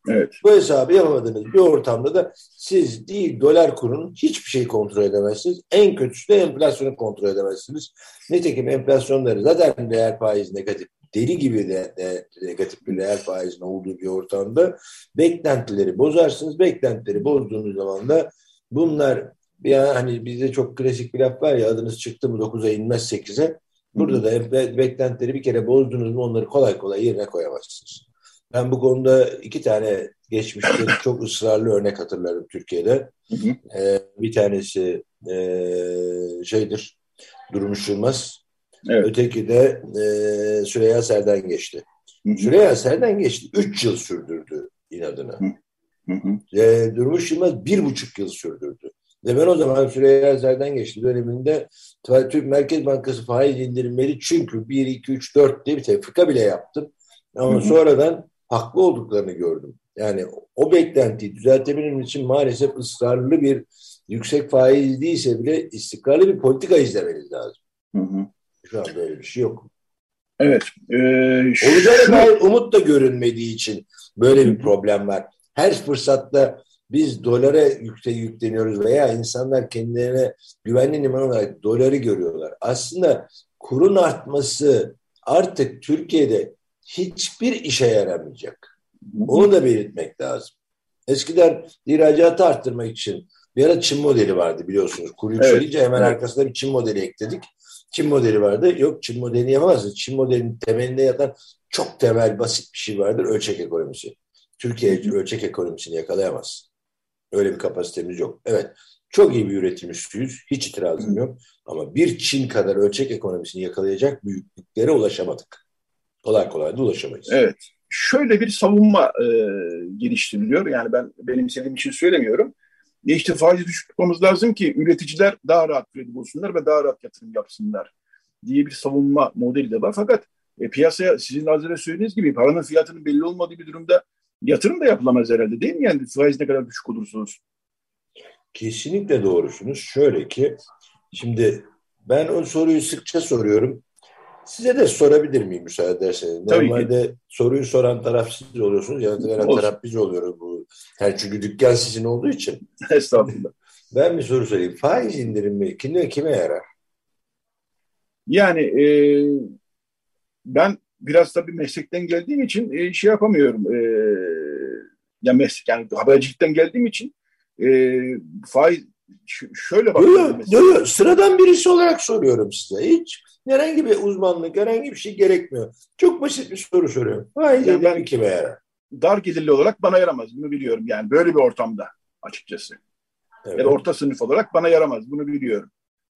Evet. Bu hesabı yapamadığınız bir ortamda da siz değil dolar kurunun hiçbir şeyi kontrol edemezsiniz. En kötüsü de enflasyonu kontrol edemezsiniz. Nitekim enflasyonları zaten reel faiz negatif, deli gibi de, de negatif bir reel faizin olduğu bir ortamda beklentileri bozarsınız. Beklentileri bozduğunuz zaman da bunlar ya hani bizde çok klasik bir laf var ya, adınız çıktı mı dokuza inmez sekize. Burada da beklentileri bir kere bozdunuz mu onları kolay kolay yerine koyamazsınız. Ben bu konuda iki tane geçmişte çok ısrarlı örnek hatırlarım Türkiye'de. Hı hı. Ee, bir tanesi e, şeydir, Durmuş Yılmaz. Evet. Öteki de e, Süreyya Serdengeç'ti. Hı hı. Süreyya Serdengeç üç yıl sürdürdü inadını. Hı hı. E, Durmuş Yılmaz bir buçuk yıl sürdürdü. Ve ben o zaman Süreyya Serdengeç döneminde Türk Merkez Bankası faiz indirimleri çünkü bir, iki, üç, dört diye bir tefrika bile yaptım. Ama hı hı. sonradan haklı olduklarını gördüm. Yani o beklentiyi düzeltebilmem için maalesef ısrarlı bir yüksek faiz değilse bile istikrarlı bir politika izlemeniz lazım. Hı hı. Şu an böyle bir şey yok. Evet. E, Olacağına dair umut da görünmediği için böyle bir problem var. Her fırsatta biz dolara yüksek yükleniyoruz veya insanlar kendilerine güvenli liman olarak doları görüyorlar. Aslında kurun artması artık Türkiye'de hiçbir işe yaramayacak. Onu da belirtmek lazım. Eskiden ihracatı arttırmak için bir ara Çin modeli vardı biliyorsunuz. Kur yükselince evet, hemen evet. arkasına bir Çin modeli ekledik. Çin modeli vardı. Yok Çin modelini yapamazsınız. Çin modelinin temelinde yatan çok temel basit bir şey vardır. Ölçek ekonomisi. Türkiye ölçek ekonomisini yakalayamaz. Öyle bir kapasitemiz yok. Evet. Çok iyi bir üretim üstüyüz. Hiç itirazım yok. Ama bir Çin kadar ölçek ekonomisini yakalayacak büyüklüklere ulaşamadık. Kolay kolay da ulaşamayız. Evet. Şöyle bir savunma e, geliştiriliyor. Yani ben benim istediğim için söylemiyorum. E işte faizi düşük tutmamız lazım ki üreticiler daha rahat kredi bulsunlar ve daha rahat yatırım yapsınlar diye bir savunma modeli de var. Fakat e, piyasaya sizin az önce söylediğiniz gibi paranın fiyatının belli olmadığı bir durumda yatırım da yapılamaz herhalde değil mi? Yani faiz ne kadar düşük olursunuz. Kesinlikle doğrusunuz. Şöyle ki şimdi ben o soruyu sıkça soruyorum. Size de sorabilir miyim müsaade ederseniz? Tabii Normalde ki. Soruyu soran taraf siz oluyorsunuz. Yanıtlayan taraf biz oluyoruz. Bu. Yani çünkü dükkan sizin olduğu için. Estağfurullah. Ben bir soru sorayım. Faiz indirimi kime, kime yarar? Yani e, ben biraz tabii meslekten geldiğim için e, şey yapamıyorum. E, ya meslek, yani habercilikten geldiğim için e, faiz ş- şöyle bakıyorum. Yok yok. Sıradan birisi olarak soruyorum size. Hiç herhangi bir uzmanlık, herhangi bir şey gerekmiyor. Çok basit bir soru soruyorum. Faiz yani indirimi kime yarar? Dar gelirli olarak bana yaramaz. Bunu biliyorum. Yani böyle bir ortamda açıkçası. Evet. Ya da orta sınıf olarak bana yaramaz. Bunu biliyorum.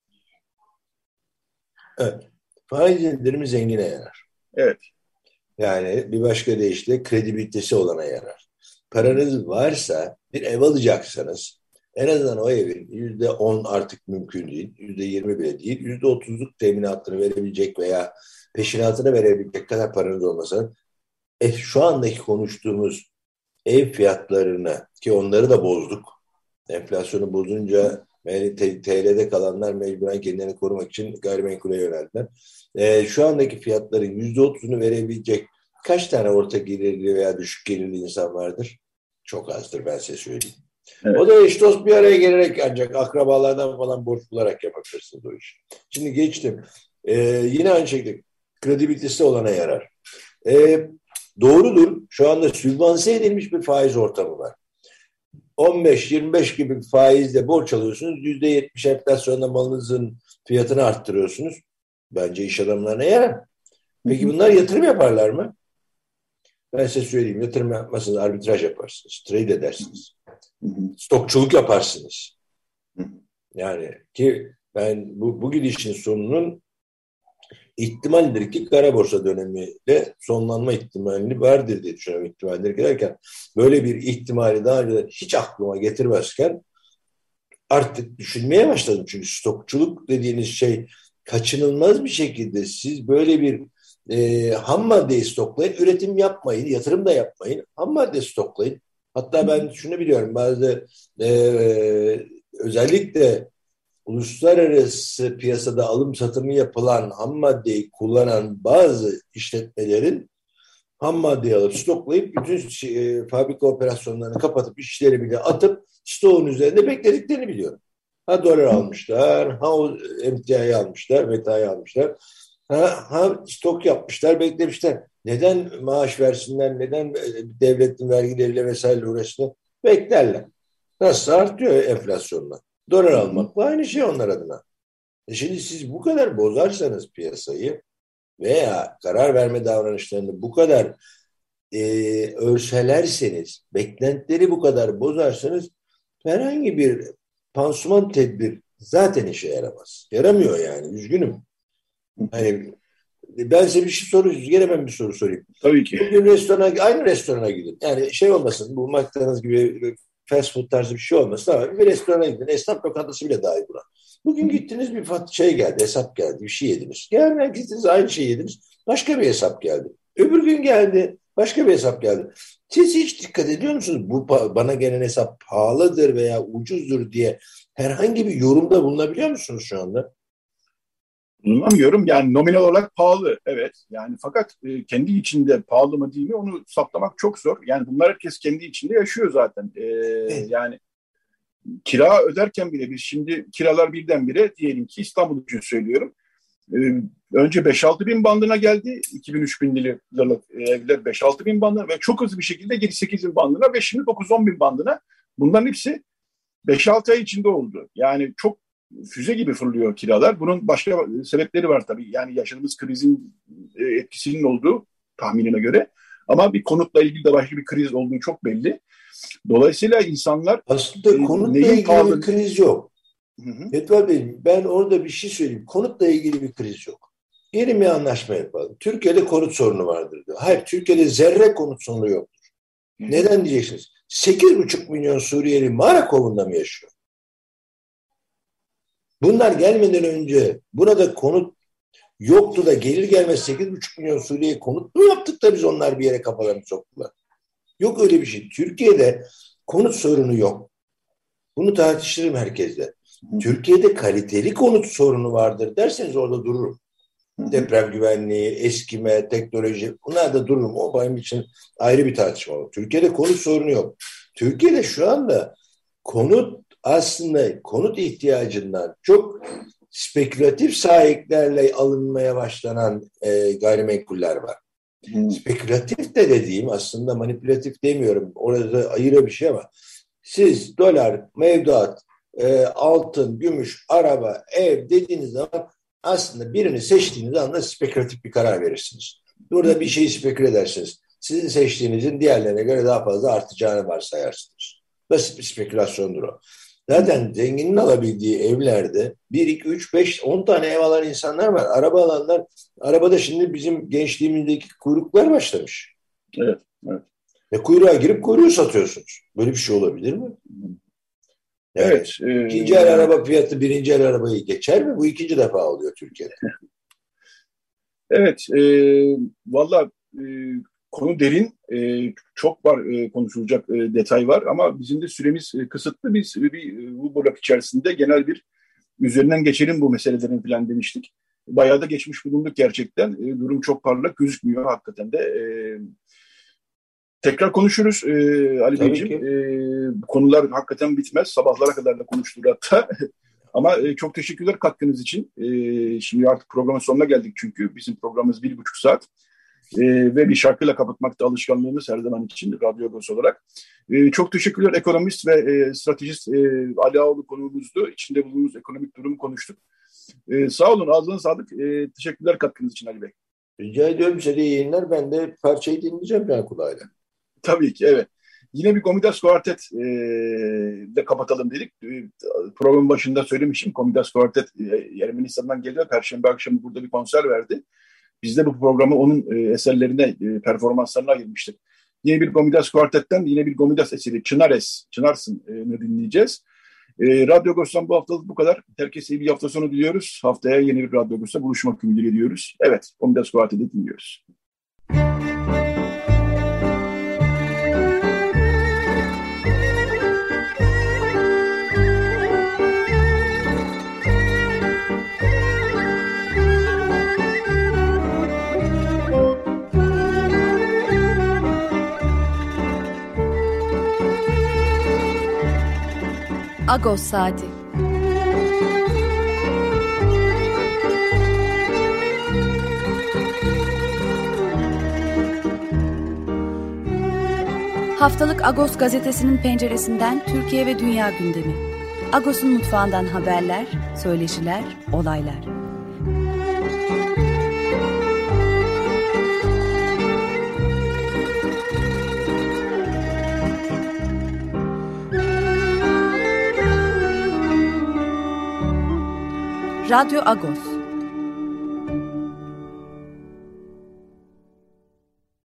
Evet. Faiz indirimi zengine yarar. Evet. Yani bir başka deyişle kredibilitesi olana yarar. Paranız varsa bir ev alacaksanız en azından o evin yüzde on artık mümkün değil, yüzde yirmi bile değil, yüzde otuzluk teminatını verebilecek veya peşinatını verebilecek kadar paranız olmasa e, şu andaki konuştuğumuz ev fiyatlarını ki onları da bozduk. Enflasyonu bozunca T L'de kalanlar mecburen kendilerini korumak için gayrimenkule yöneldiler. E, şu andaki fiyatların yüzde otuzunu verebilecek kaç tane orta gelirli veya düşük gelirli insan vardır? Çok azdır ben size söyleyeyim. Evet. O da eş dost bir araya gelerek ancak akrabalardan falan borç bularak yapabilirsiniz o işi. Şimdi geçtim. E, yine aynı şekilde kredibilitesi olana yarar. E, doğrudur. Şu anda sübvanse edilmiş bir faiz ortamı var. on beş yirmi beş gibi faizle borç alıyorsunuz. yüzde yetmiş enflasyonla malınızın fiyatını arttırıyorsunuz. Bence iş adamlarına yarar. Peki bunlar yatırım yaparlar mı? Ben size söyleyeyim. Yatırım yapmazsınız. Arbitraj yaparsınız. Trade edersiniz. Stokçuluk yaparsınız. Yani ki ben bu, bu gidişin sonunun ihtimaldir ki kara borsa dönemiyle sonlanma ihtimali vardır diye düşünüyorum. İhtimaldir derken böyle bir ihtimali daha önce hiç aklıma getirmezken artık düşünmeye başladım. Çünkü stokçuluk dediğiniz şey kaçınılmaz bir şekilde siz böyle bir e, ham maddeyi stoklayın, üretim yapmayın, yatırım da yapmayın, ham madde stoklayın. Hatta ben şunu biliyorum, bazı e, özellikle uluslararası piyasada alım satımı yapılan ham maddeyi kullanan bazı işletmelerin ham maddeyi alıp stoklayıp bütün şey, e, fabrika operasyonlarını kapatıp işleri bile atıp stoğun üzerinde beklediklerini biliyorum. Ha dolar almışlar, ha o emtiayı almışlar, metayı almışlar, ha, ha stok yapmışlar, beklemişler. Neden maaş versinler, neden devletin vergileriyle vesaire uğraşsınlar? Beklerler. Nasıl artıyor enflasyonla? Dolar almakla aynı şey onlar adına. E şimdi siz bu kadar bozarsanız piyasayı veya karar verme davranışlarını bu kadar e, örselerseniz, beklentileri bu kadar bozarsanız herhangi bir pansuman tedbir zaten işe yaramaz. Yaramıyor yani, üzgünüm. Hani ben size bir şey sorayım, gene ben bir soru sorayım. Tabii ki. Bugün restorana, aynı restorana gidin. Yani şey olmasın, bu McDonald's gibi fast food tarzı bir şey olmasın ama bir restorana gidin. Esnaf lokantası bile dahil buna. Bugün gittiniz, bir şey geldi, hesap geldi, bir şey yediniz. Yarın gittiniz, aynı şey yediniz, başka bir hesap geldi. Öbür gün geldi, başka bir hesap geldi. Siz hiç dikkat ediyor musunuz? Bu bana gelen hesap pahalıdır veya ucuzdur diye herhangi bir yorumda bulunabiliyor musunuz şu anda? Bulunamıyorum. Yani nominal olarak pahalı, evet. Yani fakat e, kendi içinde pahalı mı değil mi onu saptamak çok zor. Yani bunlar herkes kendi içinde yaşıyor zaten. E, evet. Yani kira öderken bile biz şimdi kiralar birdenbire diyelim ki İstanbul için söylüyorum. E, önce beş altı bin bandına geldi. iki bin üç bin liralık evler beş altı bin bandına ve çok hızlı bir şekilde yedi sekiz bin bandına ve şimdi dokuz on bin bandına. Bunların hepsi beş altı ay içinde oldu. Yani çok füze gibi fırlıyor kiralar. Bunun başka sebepleri var tabii. Yani yaşadığımız krizin etkisinin olduğu tahminine göre. Ama bir konutla ilgili de başka bir kriz olduğu çok belli. Dolayısıyla insanlar... Aslında konutla ilgili pahalı... bir kriz yok. Fethullah Bey, ben orada bir şey söyleyeyim. Konutla ilgili bir kriz yok. Yeni bir anlaşma yapalım. Türkiye'de konut sorunu vardır diyor. Hayır, Türkiye'de zerre konut sorunu yoktur. Hı-hı. Neden diyeceksiniz? sekiz buçuk milyon Suriyeli mağara kovunda mı yaşıyor? Bunlar gelmeden önce burada konut yoktu da gelir gelmez sekiz buçuk milyon Suriye'ye konut mu yaptık da biz onlar bir yere kafalarını soktular? Yok öyle bir şey. Türkiye'de konut sorunu yok. Bunu tartışırım herkesle. Türkiye'de kaliteli konut sorunu vardır derseniz orada dururum. Deprem güvenliği, eskime, teknoloji, bunlar da dururum. O benim için ayrı bir tartışma olur. Türkiye'de konut sorunu yok. Türkiye'de şu anda konut aslında konut ihtiyacından çok spekülatif sahiplerle alınmaya başlanan e, gayrimenkuller var. Hmm. Spekülatif de dediğim aslında manipülatif demiyorum. Orada ayrı bir şey ama siz dolar, mevduat, e, altın, gümüş, araba, ev dediğiniz zaman aslında birini seçtiğiniz anda spekülatif bir karar verirsiniz. Burada bir şeyi speküle edersiniz. Sizin seçtiğinizin diğerlerine göre daha fazla artacağını varsayarsınız. Basit bir spekülasyondur o. Zaten zenginin alabildiği evlerde bir, iki, üç, beş, on tane ev alan insanlar var. Araba alanlar, arabada şimdi bizim gençliğimizdeki kuyruklar başlamış. Evet, evet. Ve kuyruğa girip kuyruğu satıyorsunuz. Böyle bir şey olabilir mi? Yani evet. E, ikinci el araba fiyatı birinci el arabayı geçer mi? Bu ikinci defa oluyor Türkiye'de. Evet. E, Valla e, konu derin. E, çok var e, konuşulacak e, detay var ama bizim de süremiz e, kısıtlı. Biz bir, bir, bu blok içerisinde genel bir üzerinden geçelim bu meselelerin falan demiştik. Bayağı da geçmiş bulunduk gerçekten. E, durum çok parlak gözükmüyor hakikaten de. E, Tekrar konuşuruz ee, Ali Beyciğim. Ee, konular hakikaten bitmez. Sabahlara kadar da konuştuk hatta. Ama e, çok teşekkürler katkınız için. E, şimdi artık programın sonuna geldik çünkü bizim programımız bir buçuk saat. E, ve bir şarkıyla kapatmakta alışkanlığımız her zaman için Radyo Agos olarak. E, çok teşekkürler. Ekonomist ve e, stratejist e, Ali Ağoğlu konuğumuzdu. İçinde bulunduğumuz ekonomik durumu konuştuk. E, sağ olun. Ağzına sağlık. E, teşekkürler katkınız için Ali Bey. Rica ediyorum. Size iyi yayınlar. Ben de parçayı dinleyeceğim can kulağıyla. Tabii ki, evet. Yine bir Komitas Quartet e, de kapatalım dedik. E, programın başında söylemişim. Komitas Quartet e, Ermenistan'dan geliyor. Perşembe akşamı burada bir konser verdi. Biz de bu programı onun e, eserlerine, e, performanslarına ayırmıştık. Yine bir Komitas Quartet'ten yine bir Komitas eseri Çınares, Çınarsın'ı dinleyeceğiz. E, Radyo Agos'tan bu haftalık bu kadar. Herkese iyi bir hafta sonu diliyoruz. Haftaya yeni bir Radyo Agos'ta buluşmak ümidiyle ediyoruz. Evet, Komitas Quartet'i dinliyoruz. Agos Saati. Haftalık Agos gazetesinin penceresinden Türkiye ve dünya gündemi. Agos'un mutfağından haberler, söyleşiler, olaylar. Radyo Agos.